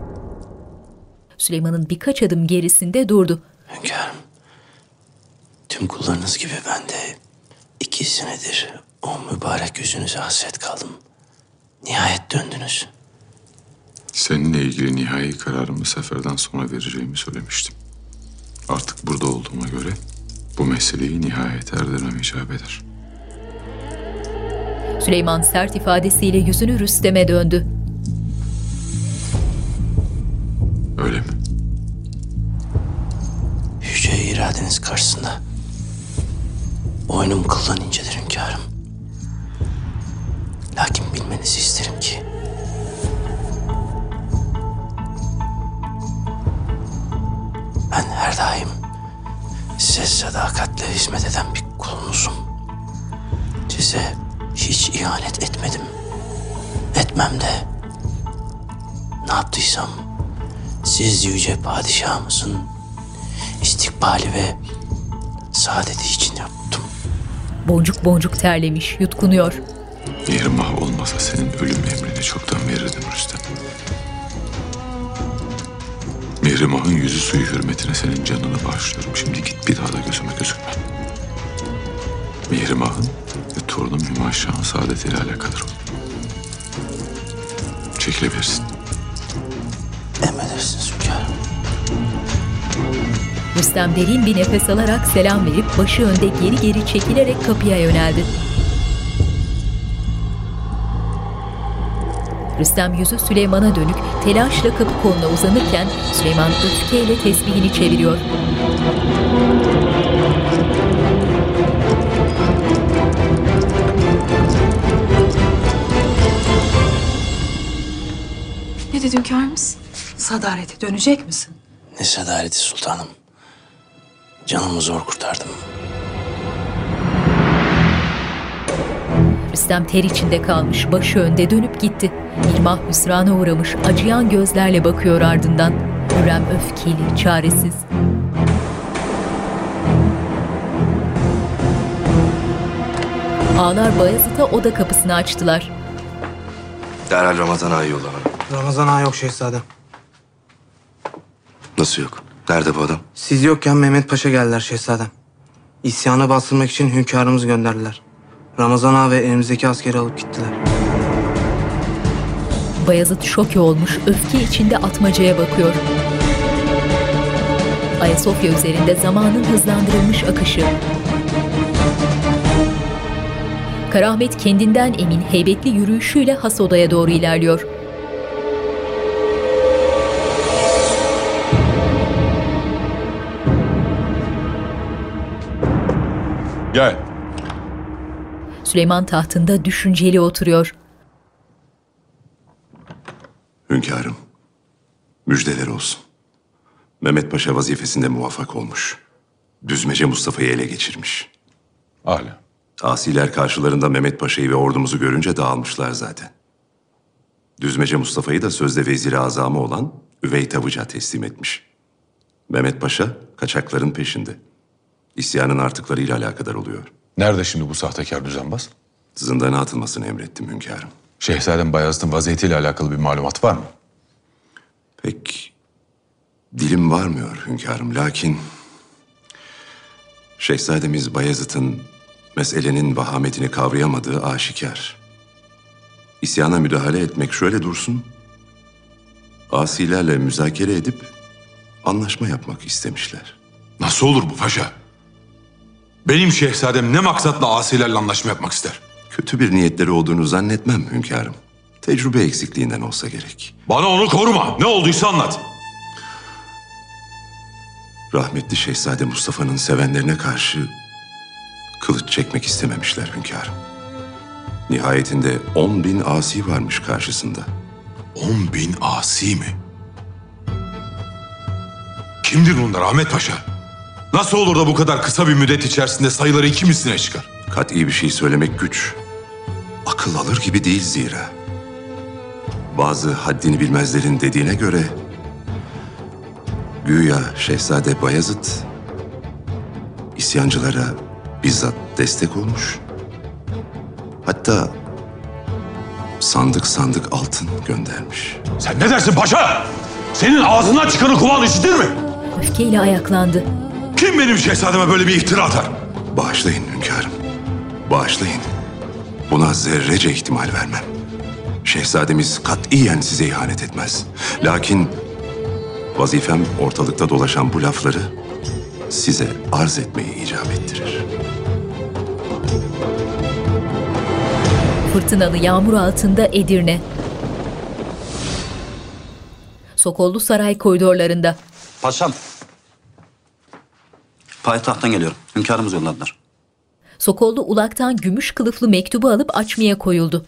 Süleyman'ın birkaç adım gerisinde durdu. Hünkârım, Tüm kullarınız gibi ben de 2 senedir o mübarek yüzünüze hasret kaldım. Nihayet döndünüz. Seninle ilgili nihai kararımı seferden sonra vereceğimi söylemiştim. Artık burada olduğuma göre bu meseleyi nihayet erdirmem icap eder. Süleyman sert ifadesiyle yüzünü Rüstem'e döndü. Öyle mi? Yüce iradeniz karşısında boynum kıldan incedir hünkârım. Lakin bilmenizi isterim ki ben her daim size sadakatle hizmet eden bir kulunuzum. Size hiç ihanet etmedim. Etmem de. Ne yaptıysam siz yüce padişahımızın istikbali ve saadeti için yaptım. Boncuk boncuk terlemiş, yutkunuyor. Mihrimah olmasa senin ölüm emrini çoktan verirdim Rüstem. Mihrimah'ın yüzü suyu hürmetine senin canını bağışlıyorum. Şimdi git, bir daha da gözüme gözükme. Mihrimah'ın ve torunum Hümayşah'ın saadetiyle alakadır o. Çekilebilirsin. Emredersiniz hünkârım. Rüstem derin bir nefes alarak selam verip başı önde geri geri çekilerek kapıya yöneldi. Rüstem yüzü Süleyman'a dönük telaşla kapı koluna uzanırken Süleyman öfkeyle tesbihini çeviriyor. Ne dedi hünkârımız? Sadalete dönecek misin? Ne sadaleti sultanım. Canımı zor kurtardım. Rüstem ter içinde kalmış, başı önde dönüp gitti. Mihrimah hüsrana uğramış, acıyan gözlerle bakıyor ardından. Hürrem öfkeli, çaresiz. Ağalar Bayezid'e oda kapısını açtılar. Derhal Ramazan Ağa'yı yolla bana. Ramazan Ağa yok şehzadem. Nasıl yok? Nerede bu adam? Siz yokken Mehmet Paşa geldiler şehzadem. İsyanı bastırmak için hünkârımızı gönderdiler. Ramazan Ağa ve elimizdeki askeri alıp gittiler. Bayezid şoke olmuş, öfke içinde atmacaya bakıyor. Ayasofya üzerinde zamanın hızlandırılmış akışı. Karahmet kendinden emin, heybetli yürüyüşüyle has odaya doğru ilerliyor. Gel. Süleyman tahtında düşünceli oturuyor. Hünkârım, müjdeler olsun. Mehmet Paşa vazifesinde muvaffak olmuş. Düzmece Mustafa'yı ele geçirmiş. Âlâ. Asiler karşılarında Mehmet Paşa'yı ve ordumuzu görünce dağılmışlar zaten. Düzmece Mustafa'yı da sözde vezir-i azamı olan Üvey Tavuca teslim etmiş. Mehmet Paşa kaçakların peşinde. İsyanın artıklarıyla alakadar oluyor. Nerede şimdi bu sahtekar düzenbaz? Zindana atılmasını emrettim hünkârım. Şehzadem Bayezid'in vaziyetiyle alakalı bir malumat var mı? Pek dilim varmıyor hünkârım. Lakin Şehzademiz Bayezid'in meselenin vahametini kavrayamadığı aşikar. İsyana müdahale etmek şöyle dursun, asilerle müzakere edip anlaşma yapmak istemişler. Nasıl olur bu paşa? Benim şehzadem ne maksatla asilerle anlaşma yapmak ister? Kötü bir niyetleri olduğunu zannetmem hünkârım. Tecrübe eksikliğinden olsa gerek. Bana onu koruma. Ne olduysa anlat. Rahmetli Şehzade Mustafa'nın sevenlerine karşı kılıç çekmek istememişler hünkârım. Nihayetinde 10.000 asi varmış karşısında. 10.000 asi mi? Kimdir bunlar Ahmet Paşa? Nasıl olur da bu kadar kısa bir müddet içerisinde sayıları 2 misline çıkar? Kat'i bir şey söylemek güç. Akıl alır gibi değil zira. Bazı haddini bilmezlerin dediğine göre güya Şehzade Bayezid isyancılara bizzat destek olmuş. Hatta sandık sandık altın göndermiş. Sen ne dersin paşa? Senin ağzından çıkanı kulağın işitir mi? Öfkeyle ayaklandı. Kim benim şehzademe böyle bir iftira atar? Bağışlayın hünkârım. Bağışlayın. Buna zerrece ihtimal vermem. Şehzademiz katiyen size ihanet etmez. Lakin vazifem ortalıkta dolaşan bu lafları size arz etmeyi icap ettirir. Fırtınalı yağmur altında Edirne. Sokollu Saray koridorlarında. Paşam. Payitahttan geliyorum. Hünkârımız yolladılar. Sokollu ulaktan gümüş kılıflı mektubu alıp açmaya koyuldu.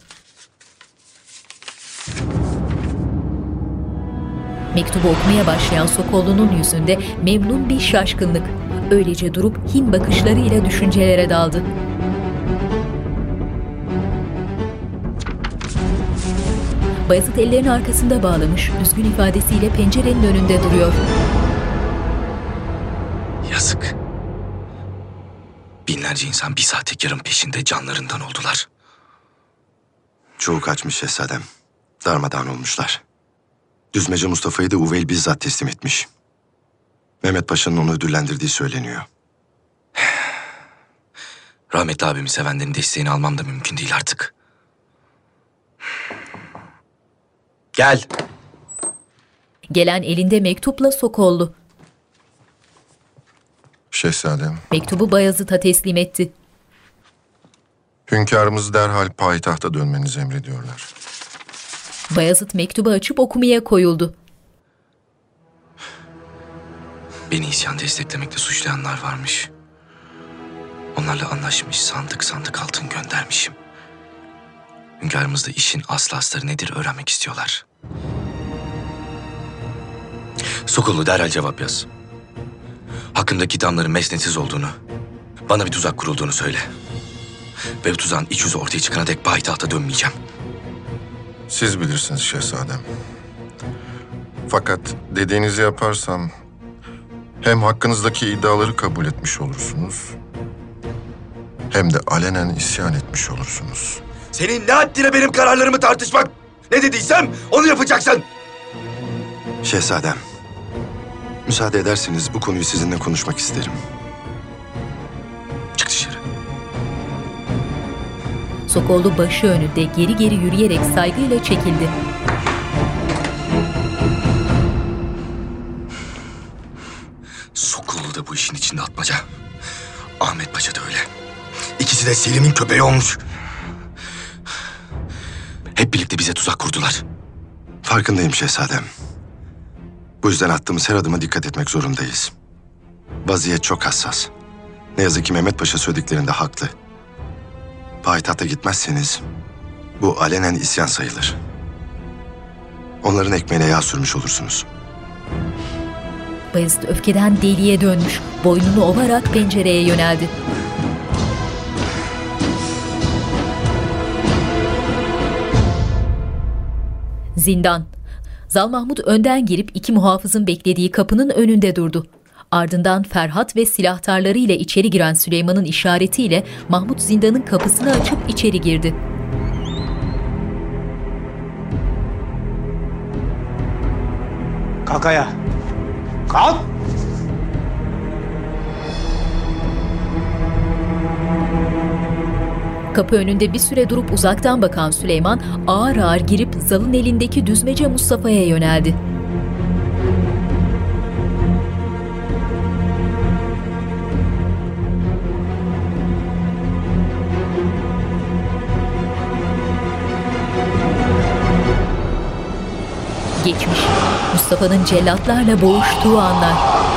Mektubu okumaya başlayan Sokollu'nun yüzünde memnun bir şaşkınlık. Öylece durup hin bakışlarıyla düşüncelere daldı. Bayezid ellerini arkasında bağlamış, üzgün ifadesiyle pencerenin önünde duruyor. Yazık. Binlerce insan bir sahtekarın peşinde canlarından oldular. Çoğu kaçmış şehzadem. Darmadağın olmuşlar. Düzmece Mustafa'yı da Uveyl bizzat teslim etmiş. Mehmet Paşa'nın onu ödüllendirdiği söyleniyor. Rahmetli abimi sevenlerin desteğini almam da mümkün değil artık. Gel. Gelen elinde mektupla Sokollu. Şehzadem, Mektubu Bayezid'e teslim etti. hünkârımız derhal payitahta dönmenizi emrediyorlar. Bayezid mektubu açıp okumaya koyuldu. Beni isyan desteklemekle suçlayanlar varmış. Onlarla anlaşmış, sandık sandık altın göndermişim. Hünkârımız da işin aslı astarı nedir öğrenmek istiyorlar. Sokollu derhal cevap yaz. Hakkımdaki idamların mesnetsiz olduğunu, bana bir tuzak kurulduğunu söyle. Ve bu tuzağın iç yüzü ortaya çıkana dek payitahta dönmeyeceğim. Siz bilirsiniz şehzadem. Fakat dediğinizi yaparsam hem hakkınızdaki iddiaları kabul etmiş olursunuz hem de alenen isyan etmiş olursunuz. Senin ne haddine benim kararlarımı tartışmak? Ne dediysem onu yapacaksın. Şehzadem, müsaade ederseniz bu konuyu sizinle konuşmak isterim. Çık dışarı. Sokollu başı önünde geri geri yürüyerek saygıyla çekildi. Sokollu da bu işin içinde atmaca. Ahmet Paşa da öyle. İkisi de Selim'in köpeği olmuş. Hep birlikte bize tuzak kurdular. Farkındayım şehzadem. Bu yüzden attığımız her adıma dikkat etmek zorundayız. Vaziyet çok hassas. Ne yazık ki Mehmet Paşa söylediklerinde haklı. Payitahta gitmezseniz bu alenen isyan sayılır. Onların ekmeğine yağ sürmüş olursunuz. Bayezid öfkeden deliye dönmüş, boynunu ovarak pencereye yöneldi. Zindan. Zal Mahmud önden girip iki muhafızın beklediği kapının önünde durdu. Ardından Ferhat ve silahtarlarıyla içeri giren Süleyman'ın işaretiyle Mahmud zindanın kapısını açıp içeri girdi. Kalk ayağa. Kalk! Kapı önünde bir süre durup uzaktan bakan Süleyman ağır ağır girip Zal'ın elindeki düzmece Mustafa'ya yöneldi. Geçmiş, Mustafa'nın cellatlarla boğuştuğu anlar.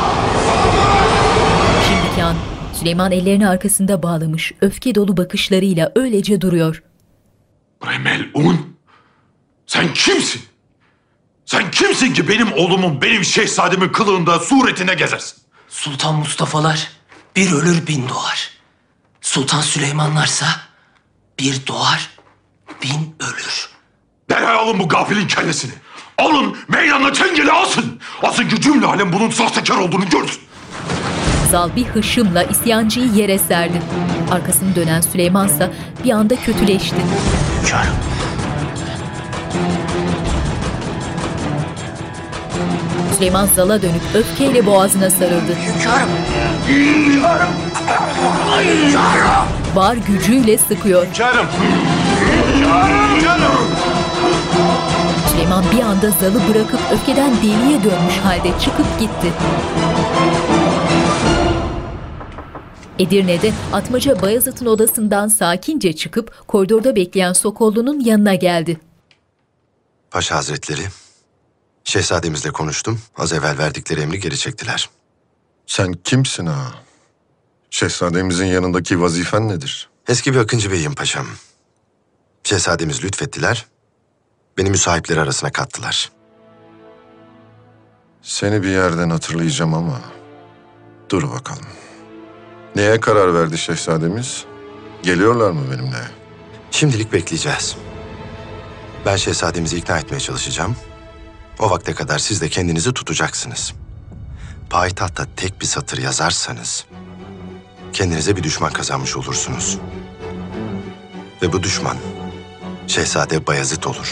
Şimdiki an, Süleyman ellerini arkasında bağlamış, öfke dolu bakışlarıyla öylece duruyor. Bre melun! Sen kimsin? Sen kimsin ki benim oğlumun, benim şehzademin kılığında, suretine gezersin? Sultan Mustafa'lar bir ölür bin doğar. Sultan Süleymanlarsa bir doğar bin ölür. Derhal alın bu gafilin kellesini. Alın meydana çengeli asın. Asın ki cümle alem bunun sahtekar olduğunu görsün. Zal bir hışımla isyancıyı yere serdi. Arkasını dönen Süleymansa bir anda kötüleşti. Süleyman zala dönüp öfkeyle boğazına sarıldı. Hünkârım! Hünkârım! Hünkârım! Var gücüyle sıkıyor. Hünkârım! Süleyman bir anda zalı bırakıp öfkeden deliye dönmüş halde çıkıp gitti. Edirne'de Atmaca Bayezid'in odasından sakince çıkıp koridorda bekleyen Sokollu'nun yanına geldi. Paşa Hazretleri, şehzademizle konuştum. Az evvel verdikleri emri geri çektiler. Sen kimsin ha? Şehzademizin yanındaki vazifen nedir? Eski bir Akıncı Bey'im paşam. Şehzademiz lütfettiler. Beni müsahipleri arasına kattılar. Seni bir yerden hatırlayacağım ama dur bakalım. Neye karar verdi şehzademiz? Geliyorlar mı benimle? Şimdilik bekleyeceğiz. Ben şehzademizi ikna etmeye çalışacağım. O vakte kadar siz de kendinizi tutacaksınız. Payitahtta tek bir satır yazarsanız kendinize bir düşman kazanmış olursunuz. Ve bu düşman Şehzade Bayezid olur.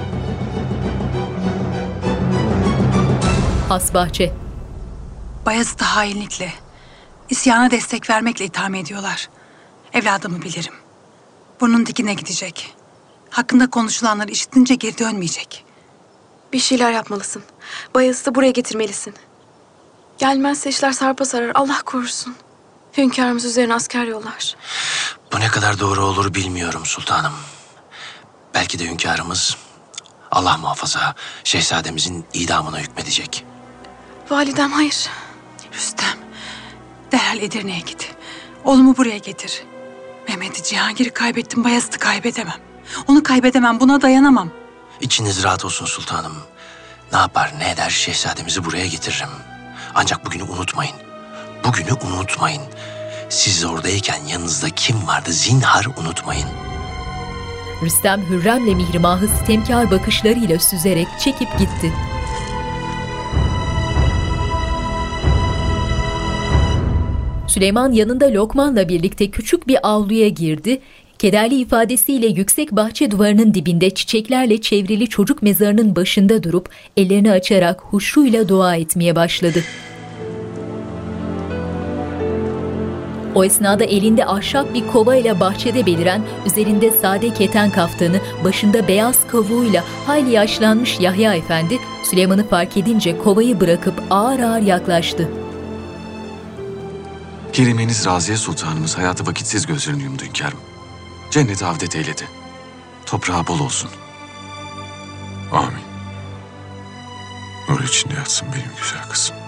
Hasbahçe. Bayezid'i hainlikle, isyana destek vermekle itham ediyorlar. Evladımı bilirim. Burnun dikine gidecek. Hakkında konuşulanları işitince geri dönmeyecek. Bir şeyler yapmalısın. Bayezid'i buraya getirmelisin. Gelmezse işler sarpa sarar. Allah korusun. Hünkârımız üzerine asker yollar. Bu ne kadar doğru olur bilmiyorum sultanım. Belki de hünkârımız Allah muhafaza şehzademizin idamına hükmedecek. Validem hayır. Rüstem, derhal Edirne'ye git. Oğlumu buraya getir. Mehmet'i, Cihangir'i kaybettim, Bayezid'i kaybedemem. Onu kaybedemem, buna dayanamam. İçiniz rahat olsun sultanım. Ne yapar ne eder şehzademizi buraya getiririm. Ancak bugünü unutmayın. Bugünü unutmayın. Siz oradayken yanınızda kim vardı zinhar unutmayın. Rüstem Hürrem'le Mihrimah'ı sitemkar bakışlarıyla süzerek çekip gitti. Süleyman yanında Lokman'la birlikte küçük bir avluya girdi. Kederli ifadesiyle yüksek bahçe duvarının dibinde çiçeklerle çevrili çocuk mezarının başında durup ellerini açarak huşuyla dua etmeye başladı. O esnada elinde ahşap bir kovayla bahçede beliren, üzerinde sade keten kaftanı, başında beyaz kavuğuyla hayli yaşlanmış Yahya Efendi, Süleyman'ı fark edince kovayı bırakıp ağır ağır yaklaştı. Kerimeniz Raziye Sultanımız hayatı vakitsiz gözlerini yumdu hünkârım. Cennete avdet eyledi. Toprağı bol olsun. Amin. Nur içinde yatsın benim güzel kızım.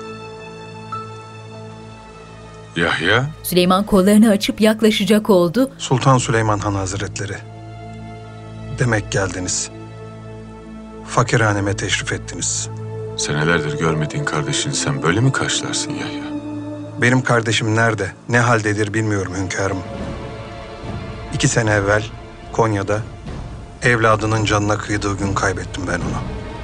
Yahya? Süleyman kollarını açıp yaklaşacak oldu. Sultan Süleyman Han Hazretleri. Demek geldiniz. Fakirhaneme teşrif ettiniz. Senelerdir görmediğin kardeşini sen böyle mi karşılarsın Yahya? Benim kardeşim nerede, ne haldedir bilmiyorum hünkârım. 2 sene evvel Konya'da evladının canına kıydığı gün kaybettim ben onu.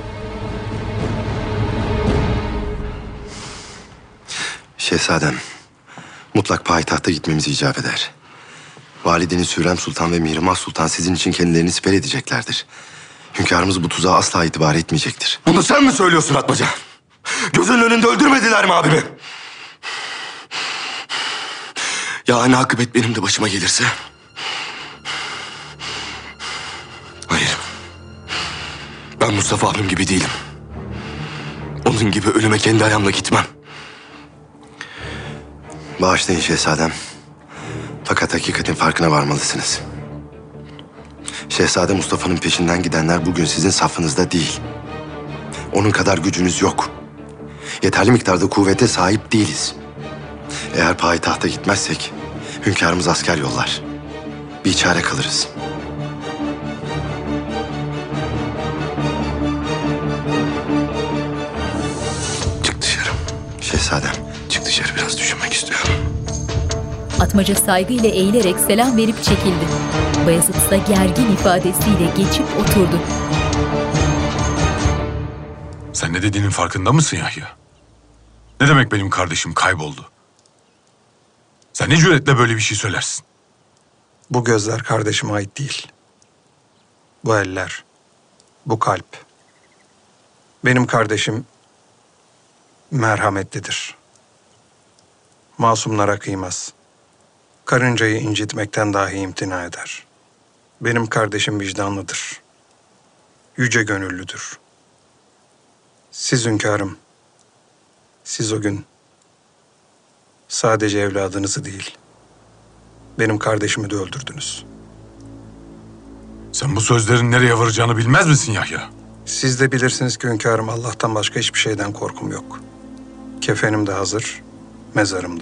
Şehzadem, mutlak payitahta gitmemiz icap eder. Valideniz Hürrem Sultan ve Mihrimah Sultan sizin için kendilerini siper edeceklerdir. Hünkârımız bu tuzağa asla itibar etmeyecektir. Bunu sen mi söylüyorsun Atmaca? Gözünün önünde öldürmediler mi abimi? Ya aynı akıbet benim de başıma gelirse? Hayır. Ben Mustafa abim gibi değilim. Onun gibi ölüme kendi ayağımla gitmem. Bağışlayın şehzadem. Fakat hakikatin farkına varmalısınız. Şehzade Mustafa'nın peşinden gidenler bugün sizin safınızda değil. Onun kadar gücünüz yok. Yeterli miktarda kuvvete sahip değiliz. Eğer payitahta gitmezsek hünkârımız asker yollar. Bir çare kalırız. Çık dışarı. Şehzadem, çık dışarı, biraz düşünmek istiyorum. Atmaca saygıyla eğilerek selam verip çekildi. Bayezid ise gergin ifadesiyle geçip oturdu. Sen ne dediğinin farkında mısın Yahya? Ne demek benim kardeşim kayboldu? Sen ne cüretle böyle bir şey söylersin? Bu gözler kardeşime ait değil. Bu eller, bu kalp. Benim kardeşim merhametlidir. Masumlara kıymaz. Karıncayı incitmekten dahi imtina eder. Benim kardeşim vicdanlıdır. Yüce gönüllüdür. Siz hünkârım, siz o gün sadece evladınızı değil, benim kardeşimi de öldürdünüz. Sen bu sözlerin nereye varacağını bilmez misin Yahya? Siz de bilirsiniz ki hünkârım, Allah'tan başka hiçbir şeyden korkum yok. Kefenim de hazır, mezarım da.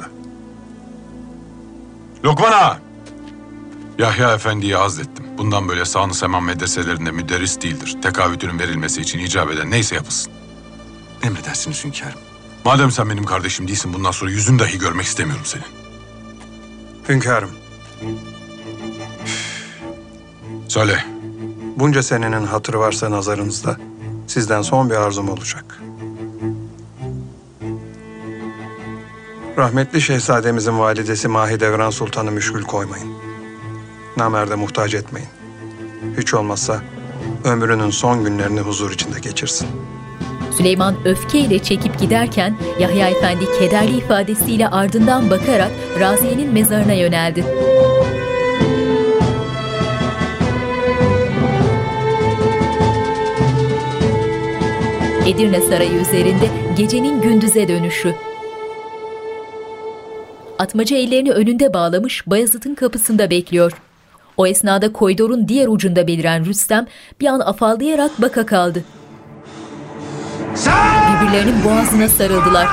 Lokman ağa! Yahya Efendi'yi azlettim. Bundan böyle Sağ-ı Seman medreselerinde müderris değildir. Tekavütünün verilmesi için icap eden neyse yapılsın. Emredersiniz hünkârım. Madem sen benim kardeşim değilsin, bundan sonra yüzünü dahi görmek istemiyorum senin. Hünkârım. Söyle. Bunca senenin hatırı varsa nazarınızda, sizden son bir arzum olacak. Rahmetli şehzademizin validesi Mahidevran Sultan'ı müşkül koymayın. Namerde muhtaç etmeyin. Hiç olmazsa ömrünün son günlerini huzur içinde geçirsin. Süleyman öfkeyle çekip giderken Yahya Efendi kederli ifadesiyle ardından bakarak Raziye'nin mezarına yöneldi. Edirne Sarayı üzerinde gecenin gündüze dönüşü. Atmaca ellerini önünde bağlamış Bayezid'in kapısında bekliyor. O esnada koridorun diğer ucunda beliren Rüstem bir an afallayarak baka kaldı. Birbirlerinin boğazına sarıldılar.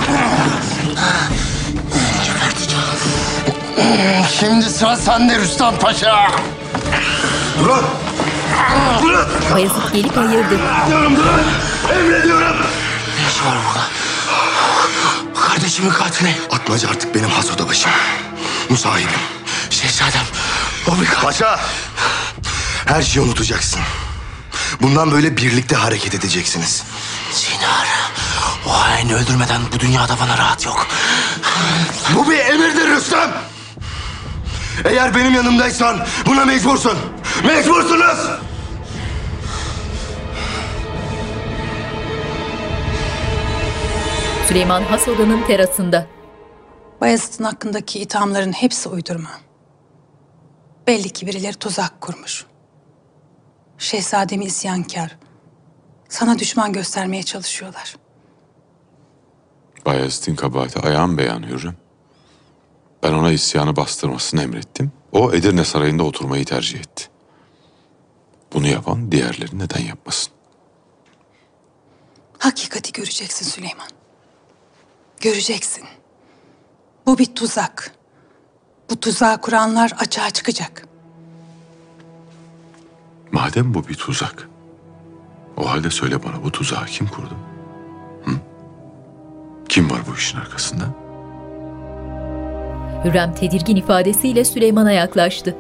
Şimdi sıra sende Rüstem Paşa. Durun! Bayezid gelip ayırdı. Durun! Emrediyorum! Ne iş var burada? Kardeşimin katili. Atmaca artık benim hasoda başım. Musahibim. Şehzadem. O bir Paşa! Her şeyi unutacaksın. Bundan böyle birlikte hareket edeceksiniz. Sinar, o haini öldürmeden bu dünyada bana rahat yok. Bu bir emirdir Rüstem. Eğer benim yanımdaysan buna mecbursun. Mecbursunuz. Süleyman has odanın terasında. Bayezid'in hakkındaki ithamların hepsi uydurma. Belli ki birileri tuzak kurmuş. Şehzademi isyankar, sana düşman göstermeye çalışıyorlar. Bayezid'in kabahati ayağım beyan Hürrem. Ben ona isyanı bastırmasını emrettim. O Edirne Sarayı'nda oturmayı tercih etti. Bunu yapan diğerleri neden yapmasın? Hakikati göreceksin Süleyman. Göreceksin. Bu bir tuzak. Bu tuzağı kuranlar açığa çıkacak. Madem bu bir tuzak, o halde söyle bana, bu tuzağı kim kurdu? Hı? Kim var bu işin arkasında? Hürrem tedirgin ifadesiyle Süleyman'a yaklaştı.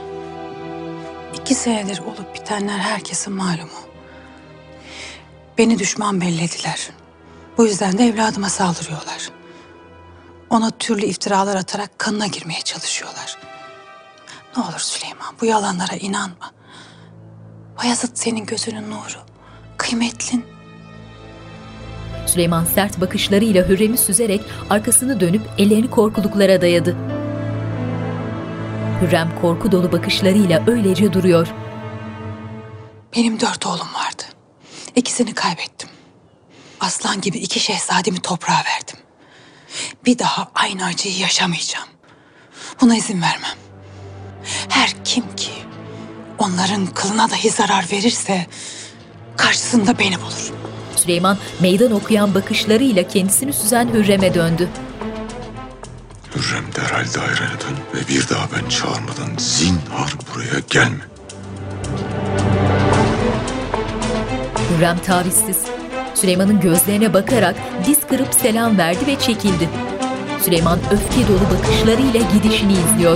2 senedir olup bitenler herkesin malumu. Beni düşman bellediler. Bu yüzden de evladıma saldırıyorlar. Ona türlü iftiralar atarak kanına girmeye çalışıyorlar. Ne olur Süleyman, bu yalanlara inanma. Bayezid senin gözünün nuru, kıymetlin. Süleyman sert bakışlarıyla Hürrem'i süzerek arkasını dönüp ellerini korkuluklara dayadı. Hürrem korku dolu bakışlarıyla öylece duruyor. Benim 4 oğlum vardı. 2'sini kaybettim. Aslan gibi 2 şehzademi toprağa verdim. Bir daha aynı acıyı yaşamayacağım. Buna izin vermem. Her kim ki onların kılına dahi zarar verirse karşısında beni bulur. Süleyman meydan okuyan bakışlarıyla kendisini süzen Hürrem'e döndü. Hürrem derhal dairene dön ve bir daha ben çağırmadan zinhar buraya gelme. Hürrem tavizsiz. Süleyman'ın gözlerine bakarak diz kırıp selam verdi ve çekildi. Süleyman öfke dolu bakışlarıyla gidişini izliyor.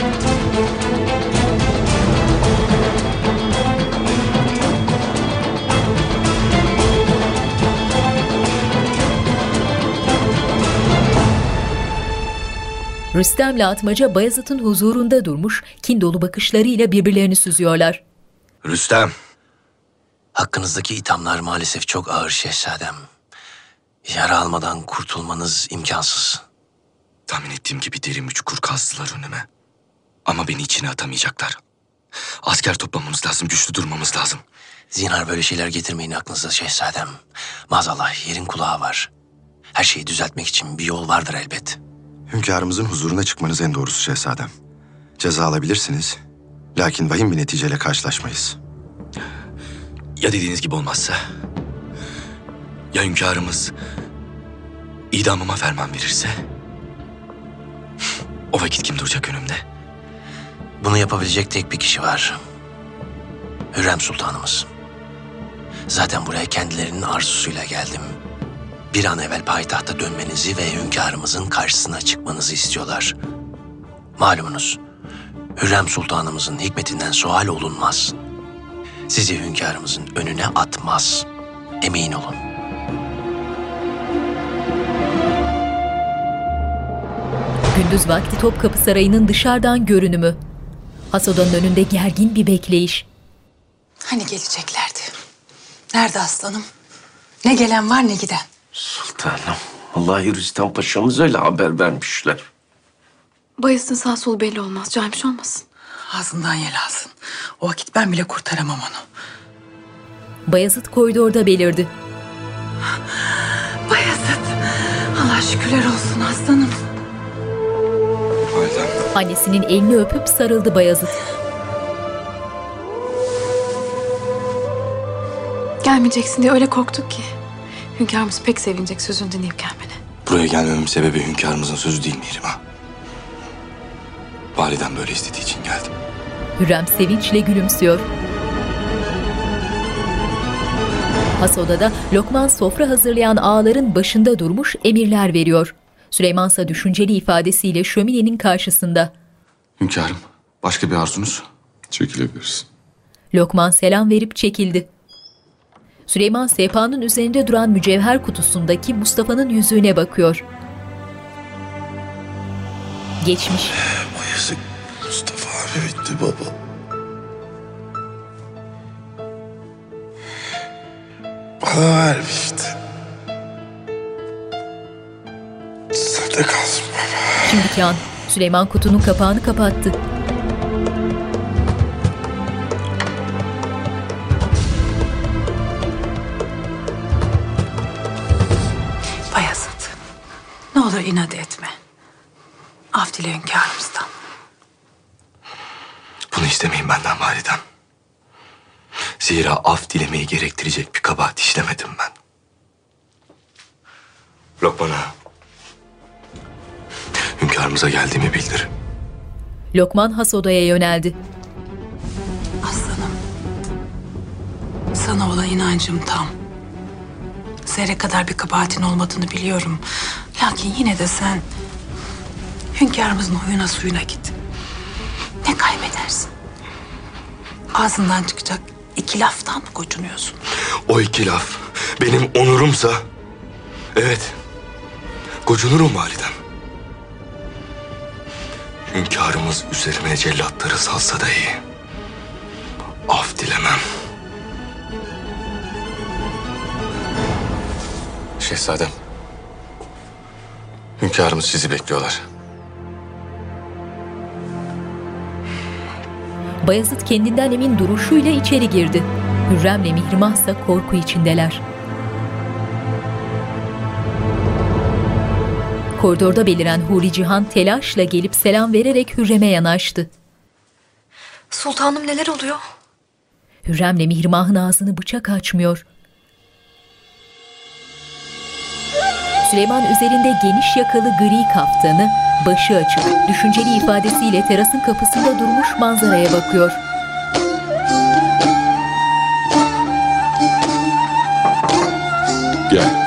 Rüstem'le Atmaca Bayezid'in huzurunda durmuş, kin dolu bakışlarıyla birbirlerini süzüyorlar. Rüstem, hakkınızdaki ithamlar maalesef çok ağır şehzadem. Yara almadan kurtulmanız imkansız. Tahmin ettiğim gibi derin bir çukur kazdılar önüme. Ama beni içine atamayacaklar. Asker toplamamız lazım, güçlü durmamız lazım. Zinhar böyle şeyler getirmeyin aklınıza şehzadem. Maazallah yerin kulağı var. Her şeyi düzeltmek için bir yol vardır elbet. Hünkârımızın huzuruna çıkmanız en doğrusu şehzadem. Ceza alabilirsiniz. Lakin vahim bir neticeyle karşılaşmayız. Ya dediğiniz gibi olmazsa? Ya hünkârımız idamıma ferman verirse? O vakit kim duracak önümde? Bunu yapabilecek tek bir kişi var. Hürrem Sultanımız. Zaten buraya kendilerinin arzusuyla geldim. Bir an evvel payitahta dönmenizi ve hünkârımızın karşısına çıkmanızı istiyorlar. Malumunuz, Hürrem Sultanımızın hikmetinden sual olunmaz. Sizi hünkârımızın önüne atmaz. Emin olun. Gündüz vakti Topkapı Sarayı'nın dışarıdan görünümü. Has odanın önünde gergin bir bekleyiş. Hani geleceklerdi? Nerede aslanım? Ne gelen var ne giden. Sultanım, vallahi Rüstem Paşa'mız öyle haber vermişler. Bayezid'in sağ solu belli olmaz. Caymış olmasın. Ağzından yel alsın. O vakit ben bile kurtaramam onu. Bayezid koridorda belirdi. Bayezid! Allah şükürler olsun aslanım. Annesinin elini öpüp sarıldı Bayezid. Gelmeyeceksin diye öyle korktuk ki. Hünkârımız pek sevinecek sözünü dinleyip gelmene. Buraya gelmemin sebebi hünkârımızın sözü değil Mihrimah. Validem böyle istediği için geldim. Hürrem sevinçle gülümsüyor. Has odada Lokman sofra hazırlayan ağaların başında durmuş emirler veriyor. Süleymansa düşünceli ifadesiyle şöminenin karşısında. Hünkârım, başka bir arzunuz? Çekilebilirsin. Lokman selam verip çekildi. Süleyman sehpanın üzerinde duran mücevher kutusundaki Mustafa'nın yüzüğüne bakıyor. Geçmiş. Bayezid, Mustafa abi bitti baba. Bana vermişti. Sende kalsın baba. Şimdiki an Süleyman kutunun kapağını kapattı. Bayezid, ne olur inat etme. Af dile hünkârımızdan. Bunu istemeyin benden validem. Zira af dilemeyi gerektirecek bir kabahat işlemedim ben. Lokman'a hünkârımıza geldiğimi bildir. Lokman has odaya yöneldi. Aslanım, sana olan inancım tam. Zerre kadar bir kabahatin olmadığını biliyorum. Lakin yine de sen hünkârımızın huyuna suyuna git. Ne kaybedersin? Ağzından çıkacak iki laftan mı gocunuyorsun? O iki laf benim onurumsa, evet, gocunurum validem. Hünkârımız üzerime cellatları salsa dahi af dilemem. Şehzadem, hünkârımız sizi bekliyorlar. Bayezid kendinden emin duruşuyla içeri girdi. Hürrem'le Mihrimah ise korku içindeler. Koridorda beliren Huri Cihan telaşla gelip selam vererek Hürrem'e yanaştı. Sultanım neler oluyor? Hürrem'le Mihrimah'ın ağzını bıçak açmıyor. Süleyman üzerinde geniş yakalı gri kaftanı, başı açık, düşünceli ifadesiyle terasın kapısında durmuş manzaraya bakıyor. Gel.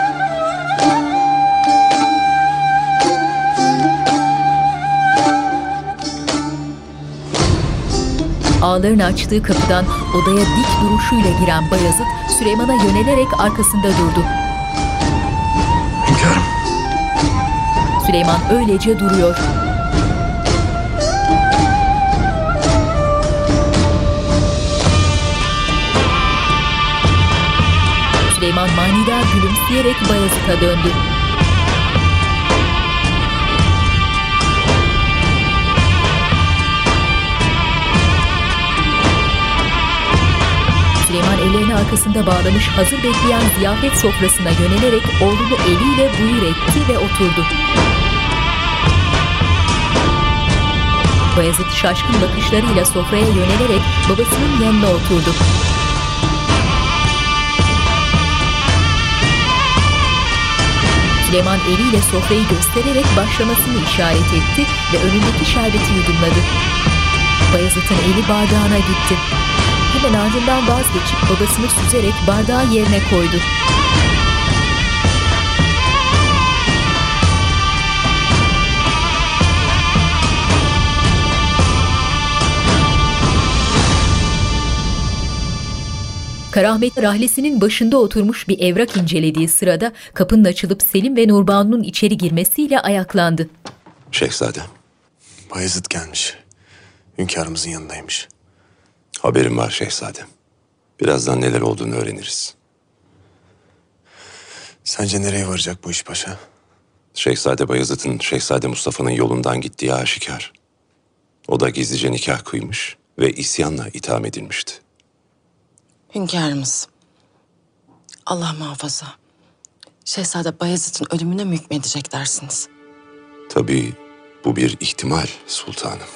Ağların açtığı kapıdan odaya dik duruşuyla giren Bayezid, Süleyman'a yönelerek arkasında durdu. Hünkârım. Süleyman öylece duruyor. Süleyman manidar gülümseyerek Bayezid'e döndü. Süleyman ellerini arkasında bağlamış hazır bekleyen ziyafet sofrasına yönelerek oğlunu eliyle buyur etti ve oturdu. Bayezid şaşkın bakışlarıyla sofraya yönelerek babasının yanına oturdu. Süleyman eliyle sofrayı göstererek başlamasını işaret etti ve önündeki şerbeti yudumladı. Bayezid'in eli bardağına gitti. Hemen ardından vazgeçip babasını süzerek bardağı yerine koydu. Karahmet rahlesinin başında oturmuş bir evrak incelediği sırada kapının açılıp Selim ve Nurbanu'nun içeri girmesiyle ayaklandı. Şehzadem. Bayezid gelmiş. Hünkârımızın yanındaymış. Haberim var şehzadem. Birazdan neler olduğunu öğreniriz. Sence nereye varacak bu iş paşa? Şehzade Bayezid'in Şehzade Mustafa'nın yolundan gittiği aşikar. O da gizlice nikah kıymış ve isyanla itham edilmişti. Hünkârımız, Allah muhafaza, Şehzade Bayezid'in ölümüne mi hükmedecek dersiniz? Tabii bu bir ihtimal sultanım.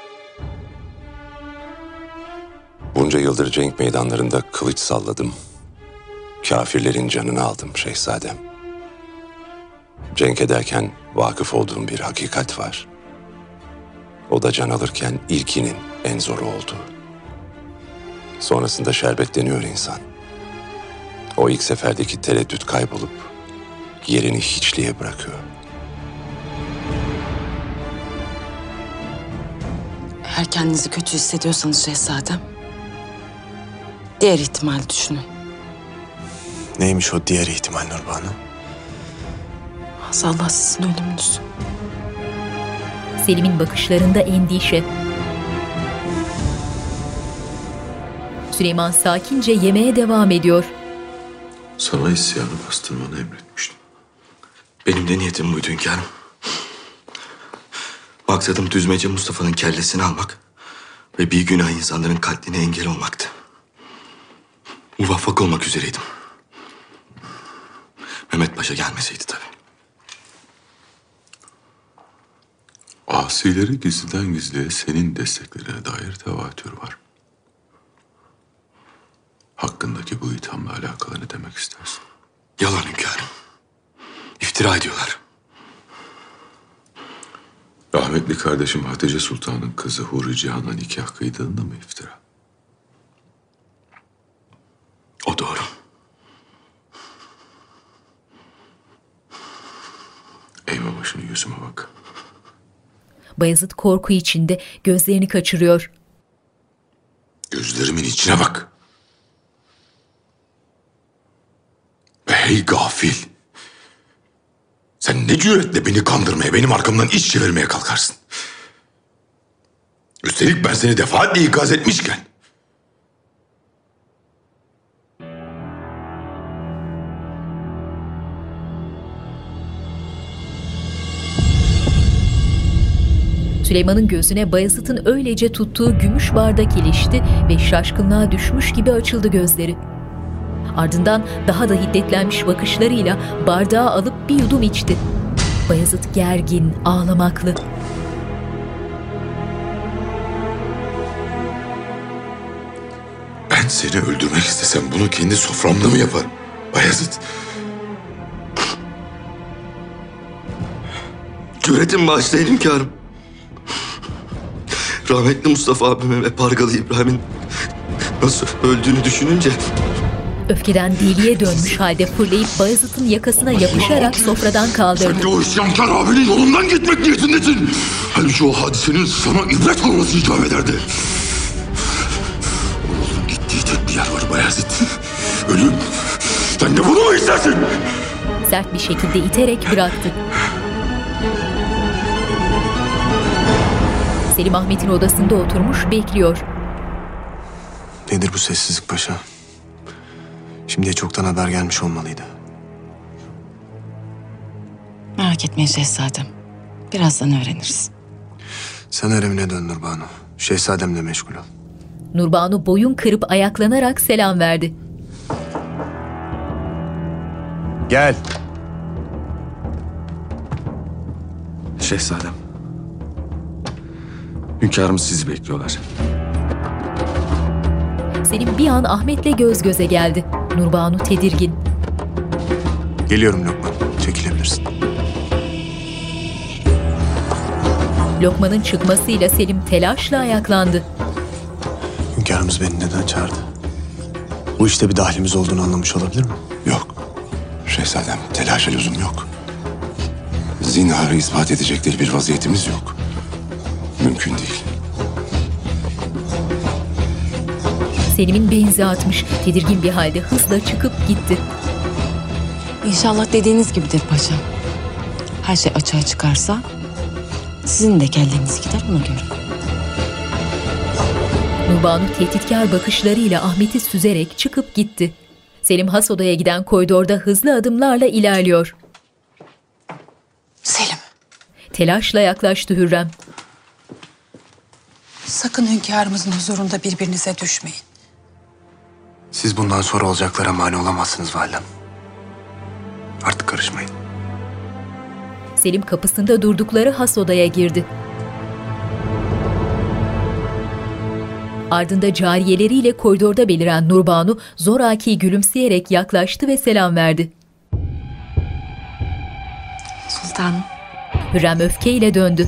Bunca yıldır cenk meydanlarında kılıç salladım. Kafirlerin canını aldım şehzadem. Cenk ederken vakıf olduğum bir hakikat var. O da can alırken ilkinin en zoru oldu. Sonrasında şerbetleniyor insan. O ilk seferdeki tereddüt kaybolup yerini hiçliğe bırakıyor. Eğer kendinizi kötü hissediyorsanız şehzadem, diğer ihtimali düşünün. Neymiş o diğer ihtimal Nurbanu? Allah sizin ölümünüz. Selim'in bakışlarında endişe. Süleyman sakince yemeye devam ediyor. Sana isyanı bastırmanı emretmiştim. Benim de niyetim buydu hünkârım. Maksadım Düzmece Mustafa'nın kellesini almak ve bir günah insanların katline engel olmaktı. Muvaffak olmak üzereydim. Mehmet Paşa gelmeseydi tabii. Asileri gizliden gizliye senin desteklerine dair tevatür var. Hakkındaki bu ithamla alakalı ne demek istersin? Yalan hünkârım. İftira ediyorlar. Rahmetli kardeşim Hatice Sultan'ın kızı Huri Cihan'la nikah kıydığında mı iftira? O doğru. Eğme başını, yüzüme bak. Bayezid korku içinde gözlerini kaçırıyor. Gözlerimin içine bak. Ve hey gafil! Sen ne cüretle beni kandırmaya, benim arkamdan iş çevirmeye kalkarsın? Üstelik ben seni defaatle ikaz etmişken. Süleyman'ın gözüne Bayezid'in öylece tuttuğu gümüş bardak ilişti ve şaşkınlığa düşmüş gibi açıldı gözleri. Ardından daha da hiddetlenmiş bakışlarıyla bardağı alıp bir yudum içti. Bayezid gergin, ağlamaklı. Ben seni öldürmek istesem bunu kendi soframda mı yaparım Bayezid? Cüretim bağışlayın hünkârım. Rahmetli Mustafa abime ve Pargalı İbrahim'in nasıl öldüğünü düşününce... Öfkeden deliye dönmüş halde fırlayıp Bayezid'in yakasına yapışarak sofradan kaldırdı. Sen de o isyankar abinin yolundan gitmek niyetindesin. Halbuki o hadisenin sana ibret olması icap ederdi. Oğlun gittiği tek bir yer var Bayezid. Ölüm. Sen de bunu mu istersin? Sert bir şekilde iterek bıraktı. Selim Ahmet'in odasında oturmuş bekliyor. Nedir bu sessizlik paşa? Şimdiye çoktan haber gelmiş olmalıydı. Merak etmeyin şehzadem. Birazdan öğreniriz. Sen haremine dön Nurbanu. Şehzademle meşgul ol. Nurbanu boyun kırıp ayaklanarak selam verdi. Gel. Şehzadem. Hünkârımız sizi bekliyorlar. Selim bir an Ahmet'le göz göze geldi. Nurbanu tedirgin. Geliyorum Lokman. Çekilebilirsin. Lokman'ın çıkmasıyla Selim telaşla ayaklandı. Hünkârımız beni neden çağırdı? Bu işte bir dahlimiz olduğunu anlamış olabilir mi? Yok. Şehzadem, telaşa lüzum yok. Zinharı ispat edecek bir vaziyetimiz yok. Mümkün değil. Selim'in benzi atmış. Tedirgin bir halde hızla çıkıp gitti. İnşallah dediğiniz gibidir paşam. Her şey açığa çıkarsa sizin de kelleniz gider ona göre. Nurbanu tehditkar bakışlarıyla Ahmet'i süzerek çıkıp gitti. Selim has odaya giden koridorda hızlı adımlarla ilerliyor. Selim, Telaşla yaklaştı Hürrem. sakın hünkârımızın huzurunda birbirinize düşmeyin. Siz bundan sonra olacaklara mani olamazsınız validem. Artık karışmayın. Selim kapısında durdukları has odaya girdi. Ardında cariyeleriyle koridorda beliren Nurbanu zoraki gülümseyerek yaklaştı ve selam verdi. Sultanım. Hürrem öfkeyle döndü.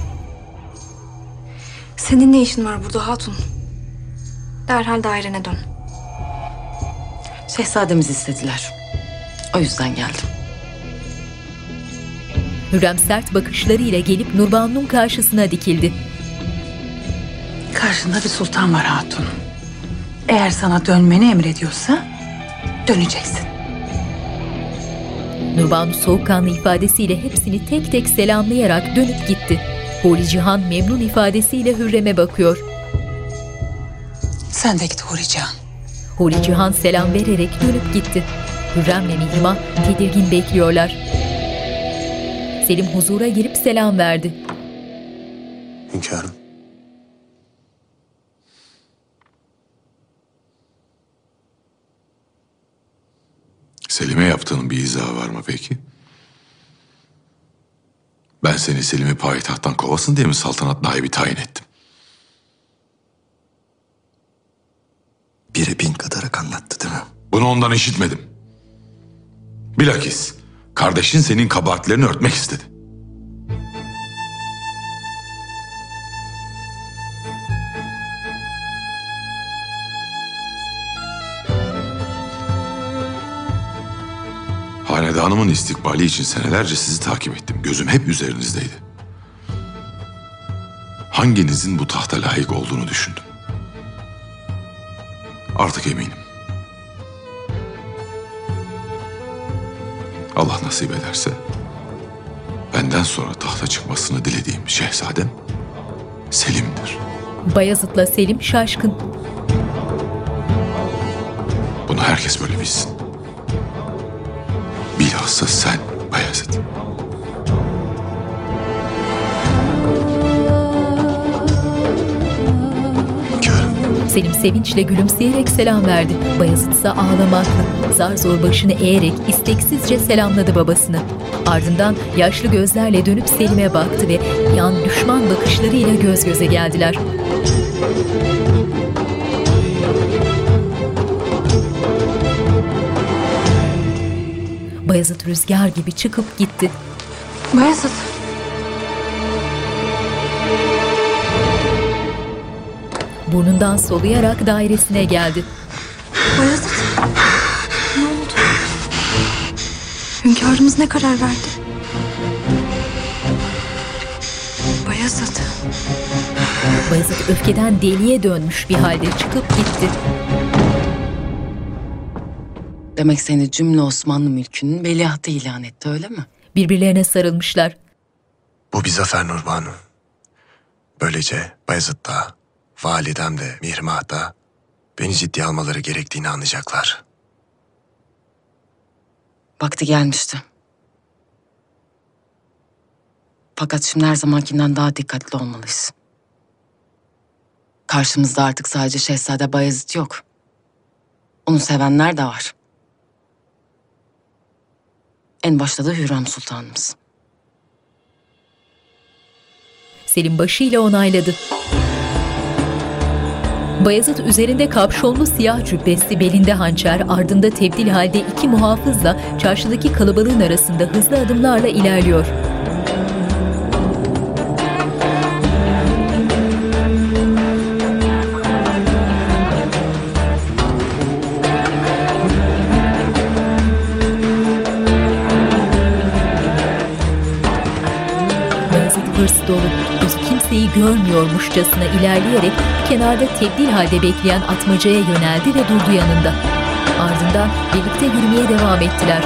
Senin ne işin var burada hatun? Derhal dairene dön. Şehzademiz istediler. O yüzden geldim. Hürrem sert bakışlarıyla gelip Nurbanu'nun karşısına dikildi. Karşında bir sultan var hatun. Eğer sana dönmeni emrediyorsa döneceksin. Nurbanu soğukkanlı ifadesiyle hepsini tek tek selamlayarak dönüp gitti. Huri Cihan memnun ifadesiyle Hürrem'e bakıyor. Sen de git Huri Cihan. Huri Cihan selam vererek dönüp gitti. Hürrem'le Mihrimah tedirgin bekliyorlar. Selim huzura girip selam verdi. Hünkârım. Selim'e yaptığının bir izahı var mı peki? Ben seni Selim'i payitahttan kovasın diye mi saltanat naibi tayin ettim? 1'e 1000 katarak anlattı değil mi? Bunu ondan işitmedim. Bilakis kardeşin senin kabahatlerini örtmek istedi. Hanedanımın istikbali için senelerce sizi takip ettim. Gözüm hep üzerinizdeydi. Hanginizin bu tahta layık olduğunu düşündüm. Artık eminim. Allah nasip ederse benden sonra tahta çıkmasını dilediğim şehzadem Selim'dir. Bayezid'le Selim şaşkın. Bunu herkes böyle bilsin. Bilhassa sen Bayezid. Selim sevinçle gülümseyerek selam verdi. Bayezid ise ağlamaklı, zar zor başını eğerek isteksizce selamladı babasını. Ardından yaşlı gözlerle dönüp Selim'e baktı ve bir an düşman bakışlarıyla göz göze geldiler. Bayezid rüzgar gibi çıkıp gitti. Bayezid. Burnundan soluyarak dairesine geldi. Bayezid. Ne oldu? Hünkârımız ne karar verdi? Bayezid. Bayezid öfkeden deliye dönmüş bir halde çıkıp gitti. Demek seni cümle Osmanlı mülkünün veliahtı ilan etti öyle mi? Birbirlerine sarılmışlar. Bu bir zafer Nurbanu. Böylece Bayezid da, validem de, Mihrimah da beni ciddiye almaları gerektiğini anlayacaklar. Vakti gelmişti. Fakat şimdi her zamankinden daha dikkatli olmalıyız. Karşımızda artık sadece Şehzade Bayezid yok. Onu sevenler de var. En başta da Hürrem Sultanımız. Selim başıyla onayladı. Bayezid üzerinde kapşonlu siyah cübbesi, belinde hançer, ardında tebdil halde 2 muhafızla çarşıdaki kalabalığın arasında hızlı adımlarla ilerliyor. Hırs dolu, gözü kimseyi görmüyormuşçasına ilerleyerek kenarda tebdil halde bekleyen atmacaya yöneldi ve durdu yanında. Ardından birlikte yürümeye devam ettiler.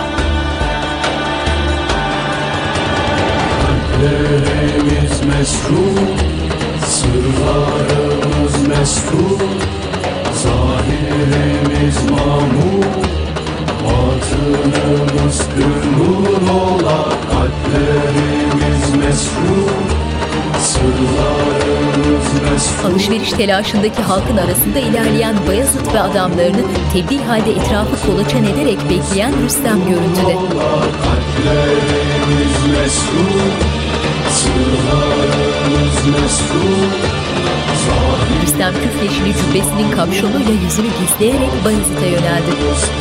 Kalplerimiz mesrur, sırlarımız mesrur, zahirimiz mamur, batınımız pürnur ola. Kalplerimiz mesrur, sırlarımız mesrur. Alışveriş telaşındaki halkın arasında ilerleyen Bayezid ve adamlarını tebdil halde etrafı kolaçan ederek bekleyen Rüstem görüntüde. Kalplerimiz mesrur, sırlarımız mesrur. Rüstem küfleşili cübbesinin kapşonuyla yüzünü gizleyerek Bayezid'e yöneldi.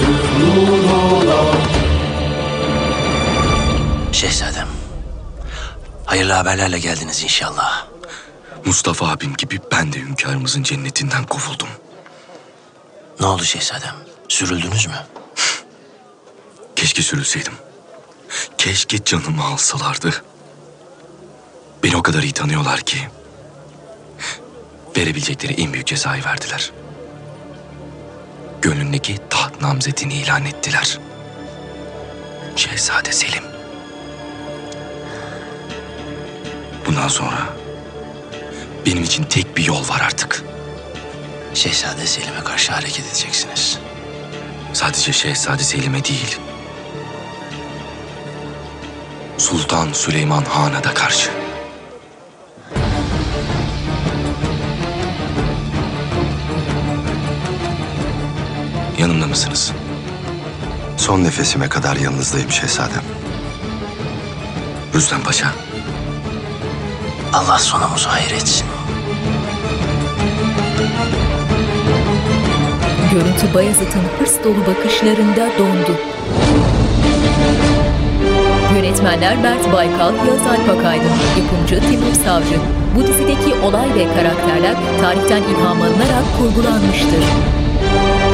Şehzadem, hayırlı haberlerle geldiniz inşallah. Mustafa abim gibi ben de hünkârımızın cennetinden kovuldum. Ne oldu şehzadem? Sürüldünüz mü? Keşke sürülseydim. Keşke canımı alsalardı. Beni o kadar iyi tanıyorlar ki verebilecekleri en büyük cezayı verdiler. Gönlündeki taht namzetini ilan ettiler. Şehzade Selim. Bundan sonra benim için tek bir yol var artık. Şehzade Selim'e karşı hareket edeceksiniz. Sadece Şehzade Selim'e değil, Sultan Süleyman Han'a da karşı. Yanımda mısınız? Son nefesime kadar yanınızdayım şehzadem. Rüstem Paşa. Allah sonumuzu hayır etsin. Görüntü Bayezid'in hırs dolu bakışlarında dondu. Yönetmenler Mert Baykal, Yağız Alpakaydın, yapımcı Timur Savcı. Bu dizideki olay ve karakterler tarihten ilham alınarak kurgulanmıştır.